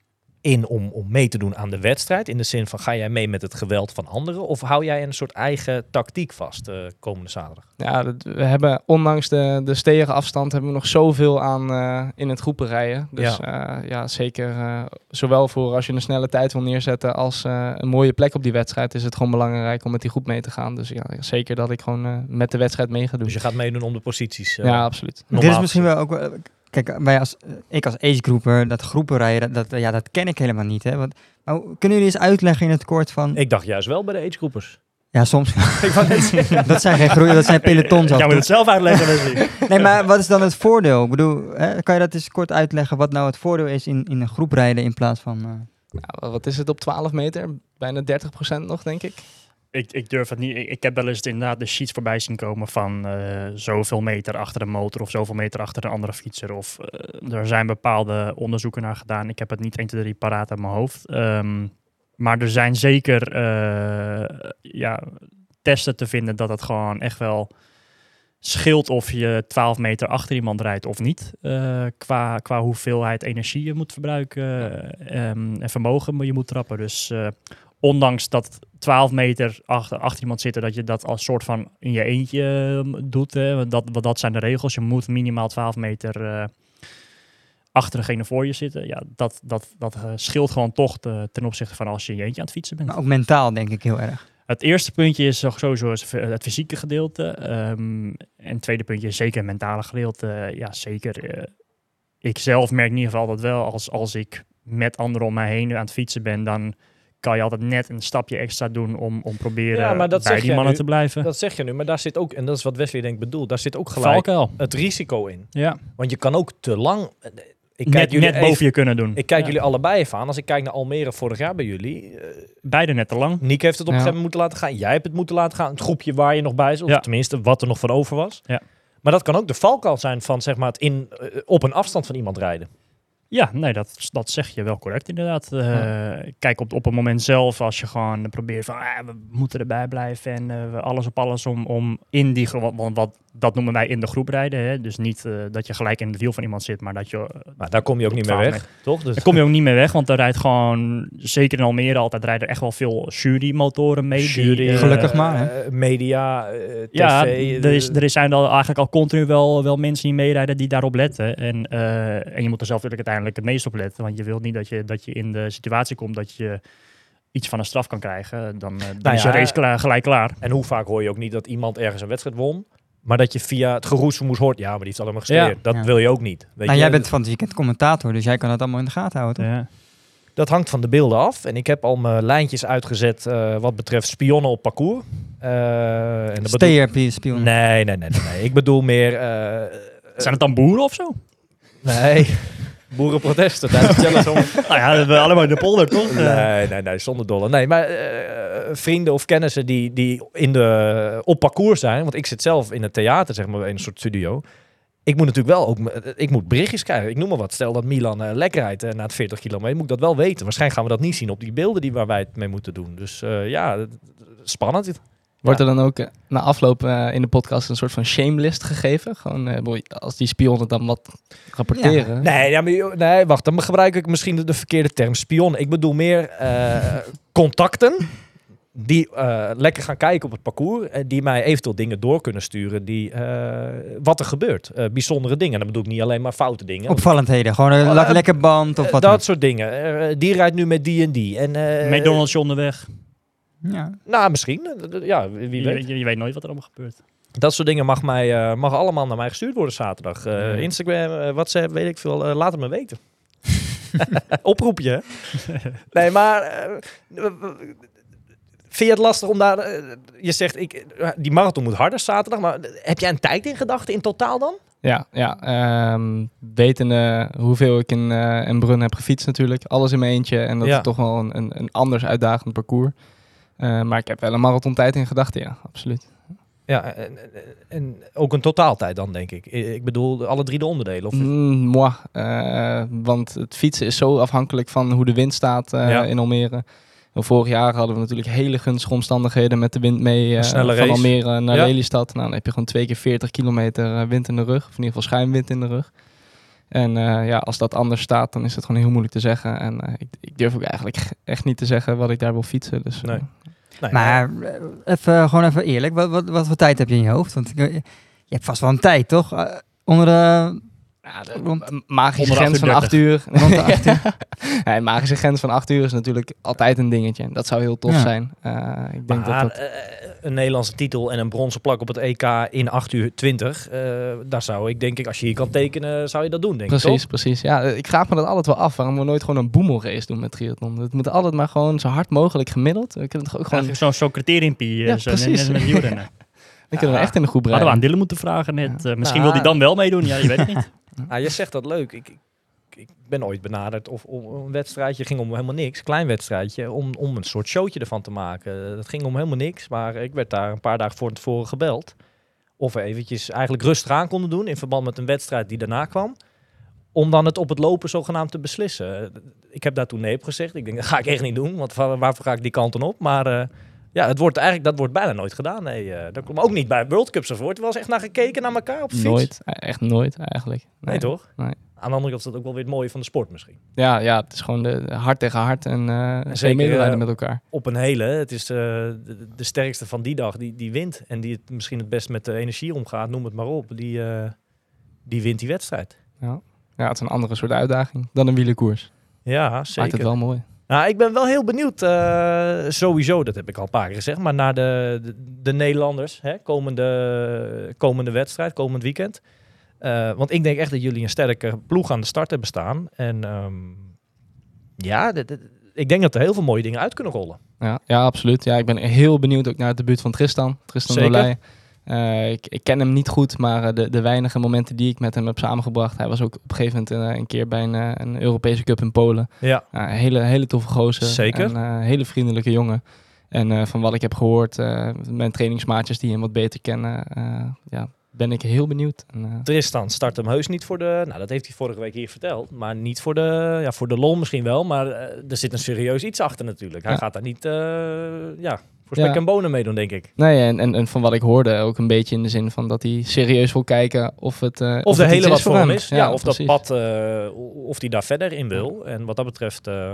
in om, om mee te doen aan de wedstrijd? In de zin van, ga jij mee met het geweld van anderen? Of hou jij een soort eigen tactiek vast uh, komende zaterdag? Ja, dat, we hebben ondanks de, de stevige afstand hebben we nog zoveel aan uh, in het groepenrijden. Dus ja, uh, ja zeker uh, zowel voor als je een snelle tijd wil neerzetten als uh, een mooie plek op die wedstrijd is het gewoon belangrijk om met die groep mee te gaan. Dus ja, zeker dat ik gewoon uh, met de wedstrijd mee ga doen. Dus je gaat meedoen om de posities? Uh, ja, absoluut. Dit is misschien wel ook... wel- Kijk, wij als, ik als agegroeper, dat groepenrijden, dat, dat, ja, dat ken ik helemaal niet. Hè? Want, maar kunnen jullie eens uitleggen in het kort van... Ik dacht juist wel bij de agegroepers. Ja, soms. Ik wou net zeggen. Dat zijn geen groeien, dat zijn pelotons. af Jij en moet het zelf uitleggen, Leslie. toe. Nee, maar wat is dan het voordeel? Ik bedoel, hè, kan je dat eens kort uitleggen wat nou het voordeel is in, in een groeprijden in plaats van... Uh... Ja, wat is het op twaalf meter? Bijna dertig procent nog, denk ik. Ik, ik durf het niet. Ik, ik heb wel eens inderdaad de sheets voorbij zien komen van uh, zoveel meter achter de motor of zoveel meter achter een andere fietser. Of uh, er zijn bepaalde onderzoeken naar gedaan. Ik heb het niet één, twee, drie paraat uit mijn hoofd. Um, maar er zijn zeker uh, ja, testen te vinden dat het gewoon echt wel scheelt of je twaalf meter achter iemand rijdt of niet. Uh, qua, qua hoeveelheid energie je moet verbruiken uh, um, en vermogen je moet trappen. Dus... Uh, Ondanks dat twaalf meter achter, achter iemand zitten, dat je dat als soort van in je eentje uh, doet. Hè. Want dat, want dat zijn de regels. Je moet minimaal twaalf meter uh, achter degene voor je zitten. Ja, dat dat, dat uh, scheelt gewoon toch te, ten opzichte van als je in je eentje aan het fietsen bent. Maar ook mentaal denk ik heel erg. Het eerste puntje is sowieso het fysieke gedeelte. Um, en het tweede puntje is zeker het mentale gedeelte. Uh, ja, zeker. Uh, ik zelf merk in ieder geval dat wel. Als, als ik met anderen om mij heen aan het fietsen ben, dan... kan je altijd net een stapje extra doen om, om proberen Ja, maar dat bij zeg die jij mannen nu. te blijven. Dat zeg je nu, maar daar zit ook, en dat is wat Wesley denk ik bedoelt, daar zit ook gelijk Valkuil. het risico in. Ja. Want je kan ook te lang... Ik kijk Net, jullie net boven even- je kunnen doen. Ik kijk Ja. jullie allebei even aan. Als ik kijk naar Almere vorig jaar bij jullie. Uh, Beide net te lang. Nick heeft het op een Ja. gegeven moment moeten laten gaan. Jij hebt het moeten laten gaan. Het groepje waar je nog bij zat. Of Ja. tenminste, wat er nog van over was. Ja. Maar dat kan ook de valkuil zijn van zeg maar het in, uh, op een afstand van iemand rijden. Ja, nee, dat, dat zeg je wel correct inderdaad. Uh, Ja. Kijk, op, op het moment zelf, als je gewoon probeert van... Ah, we moeten erbij blijven en uh, we alles op alles om, om in die groep... Want wat, dat noemen wij in de groep rijden. Hè? Dus niet uh, dat je gelijk in het wiel van iemand zit, maar dat je... Uh, Maar daar kom je ook op niet meer twaalf weg, toch? Dus Daar kom je ook niet meer weg, want er rijdt gewoon... Zeker in Almere altijd rijden echt wel veel jurymotoren mee. die, jury, uh, Gelukkig maar, hè? uh, media, uh, tv. Ja, uh, er, is, er zijn al eigenlijk al continu wel, wel mensen die meerijden die daarop letten. En, uh, en je moet er zelf natuurlijk uiteindelijk het meest op letten. Want je wilt niet dat je, dat je in de situatie komt dat je iets van een straf kan krijgen. Dan, uh, dan Nou is ja, je race klaar, gelijk klaar. En hoe vaak hoor je ook niet dat iemand ergens een wedstrijd won, maar dat je via het geroezemoes hoort, ja, maar die heeft allemaal gesteerd. Ja. Dat Ja. wil je ook niet. Weet Nou, je? jij bent van het weekend commentator, dus jij kan dat allemaal in de gaten houden, toch? Ja. Dat hangt van de beelden af. En ik heb al mijn lijntjes uitgezet uh, wat betreft spionnen op parcours. Uh, en dat bedoel- Steer, spion. Nee, nee, nee, nee, nee. Ik bedoel meer... Uh, Zijn het dan boeren of zo? nee, boerenprotesten tijdens de challenge. om- Nou ja, we hebben allemaal in de polder, toch? Nee, nee, nee, zonder dolle. Nee, maar uh, vrienden of kennissen die, die in de, op parcours zijn. Want ik zit zelf in het theater, zeg maar, in een soort studio. Ik moet natuurlijk wel ook, ik moet berichtjes krijgen. Ik noem maar wat. Stel dat Milan uh, lekker rijdt uh, na het veertig kilometer, moet ik dat wel weten. Waarschijnlijk gaan we dat niet zien op die beelden die waar wij het mee moeten doen. Dus uh, ja, spannend. Wordt er dan ook uh, na afloop uh, in de podcast een soort van shamelist gegeven? Gewoon uh, boy, als die spionnen dan wat rapporteren. Nee, ja, maar, joh, nee, wacht. Dan gebruik ik misschien de, de verkeerde term. Spion. Ik bedoel meer uh, contacten die uh, lekker gaan kijken op het parcours. En die mij eventueel dingen door kunnen sturen. Die, uh, wat er gebeurt. Uh, bijzondere dingen. Dan bedoel ik niet alleen maar foute dingen. Opvallendheden, gewoon een Uh, lak- lekker band of Uh, wat dat dan soort dingen. Uh, die rijdt nu met die en die. En, uh, McDonald's onderweg. ook. Ja. Nou, misschien. Uh, ja, wie Je, weet. je, je weet nooit wat er allemaal gebeurt. Dat soort dingen mag, mij, uh, mag allemaal naar mij gestuurd worden zaterdag. Uh, Ja. Instagram, uh, WhatsApp, weet ik veel. Uh, laat het me weten. Oproepje, hè? Nee, maar... Uh, Vind je het lastig om daar... Uh, je zegt, ik, uh, die marathon moet harder zaterdag, maar heb jij een tijd in gedachten in totaal dan? Ja, ja um, wetende hoeveel ik in uh, Embrun heb gefietst natuurlijk. Alles in mijn eentje en dat ja. is toch wel een, een, een anders uitdagend parcours. Uh, maar ik heb wel een marathon tijd in gedachten, ja, absoluut. Ja, en, en ook een totaaltijd dan, denk ik. Ik bedoel, alle drie de onderdelen? Of... Mm, moi, uh, want het fietsen is zo afhankelijk van hoe de wind staat uh, ja. in Almere. En vorig jaar hadden we natuurlijk hele gunstige omstandigheden met de wind mee uh, van race. Almere naar ja. Lelystad. Nou, dan heb je gewoon twee keer veertig kilometer wind in de rug. Of in ieder geval schuimwind in de rug. En uh, ja, als dat anders staat, dan is het gewoon heel moeilijk te zeggen. En uh, ik, ik durf ook eigenlijk echt niet te zeggen wat ik daar wil fietsen. Dus, nee. Uh, Nee, maar uh, even, gewoon even eerlijk, wat, wat, wat voor tijd heb je in je hoofd? Want je, je hebt vast wel een tijd, toch? Uh, onder de... Ja, de rond, magische onder grens van acht uur. Rond de acht uur. Ja, de magische grens van acht uur is natuurlijk altijd een dingetje. Dat zou heel tof ja. zijn. Uh, ik denk maar, dat dat... Uh, een Nederlandse titel en een bronzen plak op het E K in acht uur twintig. Uh, daar zou ik, denk ik, als je hier kan tekenen, zou je dat doen, denk precies, ik, toch? Precies, ja. Ik vraag me dat altijd wel af. Waarom we nooit gewoon een boemelrace doen met triathlon. Het moet altijd maar gewoon zo hard mogelijk gemiddeld. We kunnen toch ook gewoon... Zo'n zo criteriumpie. Ja, zo, precies. Net met wielrennen. Dan kunnen we echt in de groep rijden. Hadden we aan Dylan moeten vragen net. Ja. Uh, misschien nou, wil hij dan wel meedoen. Ja, je weet het niet. Ah, je zegt dat leuk. Ik, ik, ik ben ooit benaderd of om een wedstrijdje ging om helemaal niks. Klein wedstrijdje om, om een soort showtje ervan te maken. Dat ging om helemaal niks. Maar ik werd daar een paar dagen voor tevoren gebeld. Of we eventjes eigenlijk rustig aan konden doen in verband met een wedstrijd die daarna kwam. Om dan het op het lopen zogenaamd te beslissen. Ik heb daar toen nee op gezegd. Ik denk, dat ga ik echt niet doen. Want waarvoor ga ik die kant dan op? Maar uh, ja, het wordt eigenlijk, dat wordt bijna nooit gedaan. Nee, uh, dat komt ook niet bij World Cups ervoor. Er was echt naar gekeken naar elkaar op de fiets. Nooit, echt nooit eigenlijk. Nee, nee toch? Nee. Aan de andere kant is dat ook wel weer het mooie van de sport misschien. Ja, ja, het is gewoon de hart tegen hart en, uh, en zeker medelijden uh, met elkaar. Op een hele, het is uh, de, de sterkste van die dag, die, die wint. En die het misschien het best met de energie omgaat, noem het maar op. Die, uh, die wint die wedstrijd. Ja. ja, het is een andere soort uitdaging dan een wielerkoers. Ja, zeker. Maakt het wel mooi. Nou, ik ben wel heel benieuwd, uh, sowieso, dat heb ik al een paar keer gezegd, maar naar de, de, de Nederlanders, hè, komende, komende wedstrijd, komend weekend. Uh, want ik denk echt dat jullie een sterke ploeg aan de start hebben staan. En um, ja, de, de, ik denk dat er heel veel mooie dingen uit kunnen rollen. Ja, ja, absoluut. Ja, ik ben heel benieuwd ook naar het debuut van Tristan. Tristan Dolij. Uh, ik, ik ken hem niet goed, maar uh, de, de weinige momenten die ik met hem heb samengebracht. Hij was ook op een gegeven moment uh, een keer bij een, uh, een Europese Cup in Polen. Ja. Uh, hele, hele toffe gozer. Zeker. En uh, hele vriendelijke jongen. En uh, van wat ik heb gehoord, uh, mijn trainingsmaatjes die hem wat beter kennen, uh, ja, ben ik heel benieuwd. En, uh... Tristan start hem heus niet voor de... Nou, dat heeft hij vorige week hier verteld. Maar niet voor de... Ja, voor de lol misschien wel. Maar uh, er zit een serieus iets achter natuurlijk. Hij ja. gaat daar niet... Uh, ja, voor spek ja. en bonen meedoen, denk ik. Nee, en, en, en van wat ik hoorde ook een beetje in de zin van dat hij serieus wil kijken of het uh, Of, of de het hele wat voor hem hem is. Ja, ja of precies. dat pad... Uh, of hij daar verder in wil. En wat dat betreft... Uh,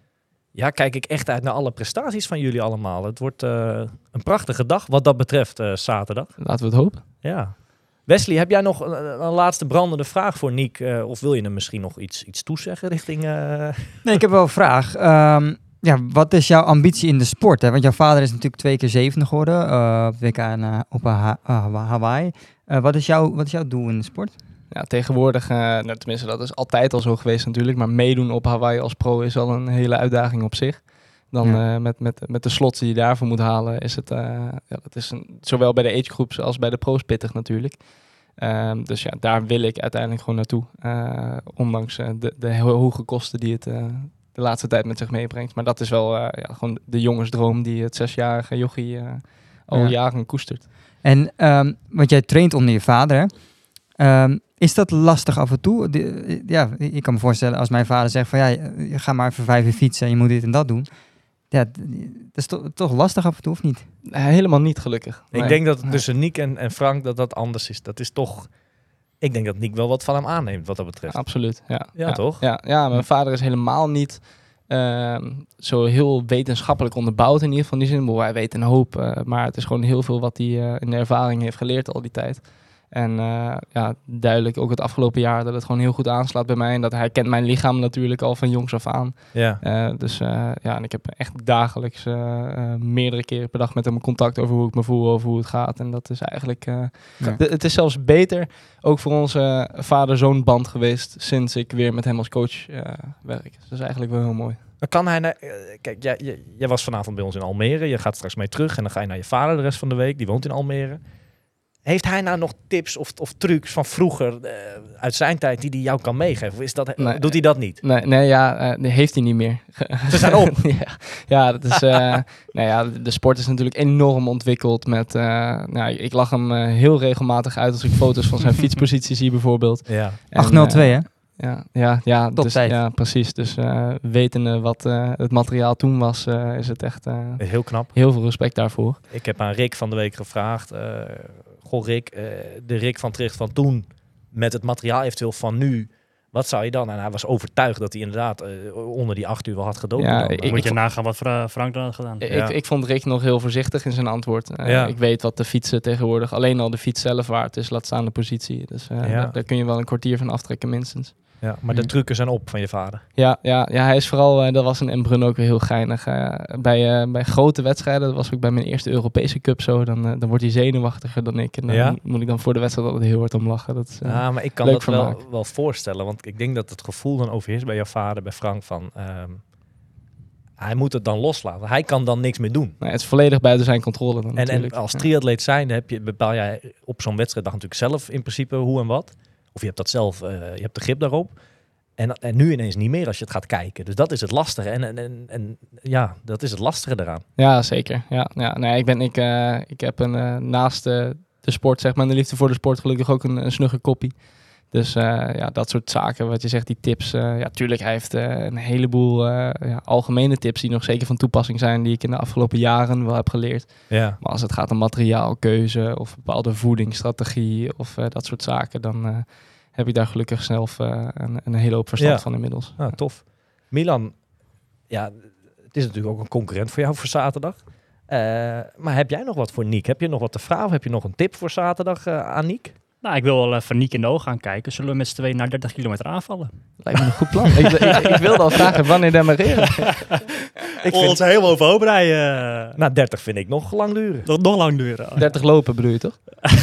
ja, kijk ik echt uit naar alle prestaties van jullie allemaal. Het wordt uh, een prachtige dag wat dat betreft uh, zaterdag. Laten we het hopen. Ja. Wesley, heb jij nog een, een laatste brandende vraag voor Niek? Uh, of wil je hem misschien nog iets, iets toezeggen richting... Uh... Nee, ik heb wel een vraag. Um, ja, wat is jouw ambitie in de sport? Hè? Want jouw vader is natuurlijk twee keer zevende geworden uh, op W K en, uh, op uh, Hawaii. Uh, wat, is jouw, wat is jouw doel in de sport? Ja, tegenwoordig, uh, nou, tenminste dat is altijd al zo geweest natuurlijk, maar meedoen op Hawaii als pro is al een hele uitdaging op zich. Dan ja. uh, met, met, met de slots die je daarvoor moet halen, is het, uh, ja, dat is een, zowel bij de age groups als bij de pro's pittig natuurlijk. Um, dus ja, daar wil ik uiteindelijk gewoon naartoe. Uh, ondanks uh, de, de hoge kosten die het uh, de laatste tijd met zich meebrengt. Maar dat is wel uh, ja, gewoon de jongensdroom die het zesjarige jochie uh, al ja. jaren koestert. En um, want jij traint onder je vader, hè? Um, is dat lastig af en toe? De, ja, ik kan me voorstellen als mijn vader zegt van ja, je ga maar even vijf uur fietsen en je moet dit en dat doen. Ja, dat is to- toch lastig af en toe, of niet? Helemaal niet, gelukkig. Ik nee. denk dat het tussen Niek en, en Frank dat dat anders is. Dat is toch... Ik denk dat Niek wel wat van hem aanneemt, wat dat betreft. Absoluut, ja. Ja, ja toch? Ja, ja, mijn vader is helemaal niet uh, zo heel wetenschappelijk onderbouwd in ieder geval. In die zin, hij weet een hoop, uh, maar het is gewoon heel veel wat hij uh, in de ervaring heeft geleerd al die tijd. En uh, ja, duidelijk ook het afgelopen jaar dat het gewoon heel goed aanslaat bij mij. En dat hij kent mijn lichaam natuurlijk al van jongs af aan. Ja. Uh, dus uh, ja, en ik heb echt dagelijks uh, uh, meerdere keren per dag met hem contact over hoe ik me voel, over hoe het gaat. En dat is eigenlijk... Uh, Ja. d- het is zelfs beter ook voor onze vader-zoon band geweest sinds ik weer met hem als coach uh, werk. Dus dat is eigenlijk wel heel mooi. Dan kan hij naar... uh, kijk, jij, jij, jij was vanavond bij ons in Almere. Je gaat straks mee terug en dan ga je naar je vader de rest van de week. Die woont in Almere. Heeft hij nou nog tips of, of trucs van vroeger uh, uit zijn tijd die hij jou kan meegeven? Of is dat, Nee, doet hij dat niet? Nee, nee ja, uh, die heeft hij niet meer. Ze zijn op. ja, ja, dat is, uh, nou ja, de sport is natuurlijk enorm ontwikkeld. Met, uh, nou, ik lach hem uh, heel regelmatig uit als ik foto's van zijn fietspositie zie bijvoorbeeld. Ja. En, acht nul twee, uh, hè? Ja, ja, ja, Top dus, tijd. ja, precies. Dus uh, wetende wat uh, het materiaal toen was, uh, is het echt uh, Heel knap. heel veel respect daarvoor. Ik heb aan Rick van de week gevraagd. Uh, goh Rick, uh, de Rick van Tricht van toen met het materiaal eventueel van nu. Wat zou je dan? En hij was overtuigd dat hij inderdaad uh, onder die acht uur wel had gedoken. Ja, dan. ik- Moet je nagaan wat Fra- Frank dan had gedaan. Ik, Ja. ik vond Rick nog heel voorzichtig in zijn antwoord. Uh, Ja. Ik weet wat de fietsen tegenwoordig, alleen al de fiets zelf waard is, laat staan de positie. Dus uh, Ja. daar, daar kun je wel een kwartier van aftrekken minstens. Ja, maar de trucken zijn op van je vader. Ja, ja, ja, hij is vooral, uh, dat was in Embrun ook weer heel geinig. Uh, bij, uh, bij grote wedstrijden, dat was ook bij mijn eerste Europese Cup zo, dan, uh, dan wordt hij zenuwachtiger dan ik. En dan Ja? moet ik dan voor de wedstrijd altijd heel hard om lachen. Dat is, uh, Ja, maar ik kan leuk dat wel, vermaak. wel voorstellen. Want ik denk dat het gevoel dan overheerst bij jouw vader, bij Frank, van... ehm, hij moet het dan loslaten. Hij kan dan niks meer doen. nou, het is volledig buiten zijn controle dan En, natuurlijk. en als Ja. triatleet zijnde heb je, bepaal jij op zo'n wedstrijddag natuurlijk zelf in principe hoe en wat. Of je hebt dat zelf, uh, je hebt de grip daarop. En, en nu ineens niet meer als je het gaat kijken. Dus dat is het lastige. En, en, en, en ja, dat is het lastige eraan. Ja, zeker. Ja, ja. Nee, ik, ben, ik, uh, ik heb een, uh, naast uh, de sport, zeg maar, en de liefde voor de sport, gelukkig ook een, een snugge koppie. Dus uh, ja, dat soort zaken, wat je zegt, die tips. Uh, ja, tuurlijk, hij heeft uh, een heleboel uh, ja, algemene tips die nog zeker van toepassing zijn, die ik in de afgelopen jaren wel heb geleerd. Ja. Maar als het gaat om materiaalkeuze of bepaalde voedingsstrategie of uh, dat soort zaken, dan uh, heb ik daar gelukkig zelf uh, een, een hele hoop verstand Ja. van inmiddels. Nou, tof. Milan, ja, het is natuurlijk ook een concurrent voor jou voor zaterdag. Uh, maar heb jij nog wat voor Niek? Heb je nog wat te vragen? Of heb je nog een tip voor zaterdag uh, aan Niek? Nou, ik wil wel even Niek in de ogen gaan kijken. Zullen we met z'n tweeën naar dertig kilometer aanvallen? Lijkt me een goed plan. ik, ik, ik wilde al vragen wanneer demareren. Ik Oh, vind, ons helemaal overhoop rijden. nou, dertig vind ik nog lang duren. Nog, nog lang duren. dertig lopen bedoel je toch?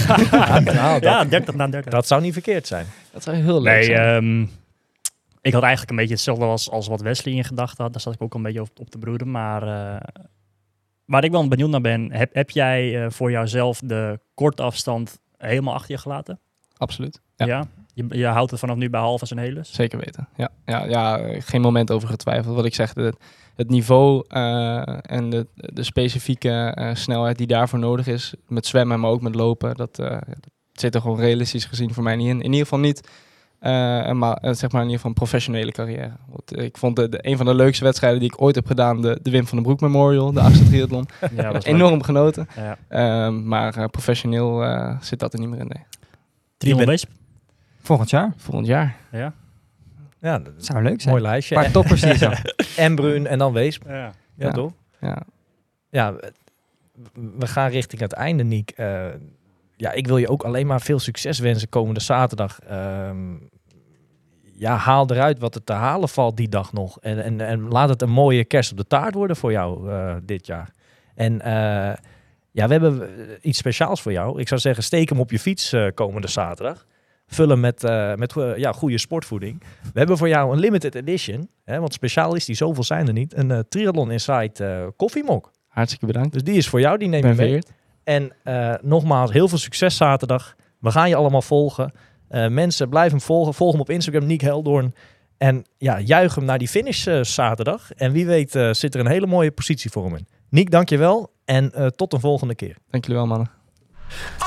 Nou, Ja, dat, dertig na dertig. dat zou niet verkeerd zijn. Dat zou heel leuk Nee, zijn. ehm, ik had eigenlijk een beetje hetzelfde als, als wat Wesley in gedachten had. Daar zat ik ook een beetje op, op te broeden. Maar uh, waar ik wel benieuwd naar ben, heb, heb jij uh, voor jouzelf de korte afstand helemaal achter je gelaten? Absoluut. Ja. Ja. Je, je houdt het vanaf nu bij half en hele? Zeker weten. Ja, ja, ja, geen moment over getwijfeld. Wat ik zeg, het, het niveau uh, en de, de specifieke uh, snelheid die daarvoor nodig is, met zwemmen, maar ook met lopen, dat, uh, dat zit er gewoon realistisch gezien voor mij niet in. In ieder geval niet, uh, maar, uh, zeg maar in ieder geval een professionele carrière. Want ik vond de, de, een van de leukste wedstrijden die ik ooit heb gedaan, de, de Wim van den Broek Memorial, de achtste triathlon. Ja, dat was Enorm genoten. leuk. Ja. Uh, maar uh, professioneel uh, zit dat er niet meer in. Nee. Triathlon Weesp? Volgend jaar. Volgend jaar. Ja. Ja, dat is Zou leuk een zijn. mooi Een lijstje. paar toppers die zo. Embrun en dan Weesp. ja. Ja, Ja. toch? Ja. Ja, we gaan richting het einde, Niek. Uh, ja, ik wil je ook alleen maar veel succes wensen komende zaterdag. Um, ja, haal eruit wat er te halen valt die dag nog. En, en, en laat het een mooie kerst op de taart worden voor jou uh, dit jaar. En uh, ja, we hebben iets speciaals voor jou. Ik zou zeggen, steek hem op je fiets uh, komende zaterdag. Vul hem met, uh, met uh, ja, goede sportvoeding. We hebben voor jou een limited edition. Hè, want speciaal is die, zoveel zijn er niet. Een uh, Triathlon Inside uh, koffiemok. Hartstikke bedankt. Dus die is voor jou, die neem Ik je ben mee. vereerd. En uh, nogmaals, heel veel succes zaterdag. We gaan je allemaal volgen. Uh, mensen, blijf hem volgen. Volg hem op Instagram, Niek Heldoorn. En ja, juich hem naar die finish uh, zaterdag. En wie weet uh, zit er een hele mooie positie voor hem in. Niek, dankjewel. En uh, tot een volgende keer. Dank jullie wel, mannen.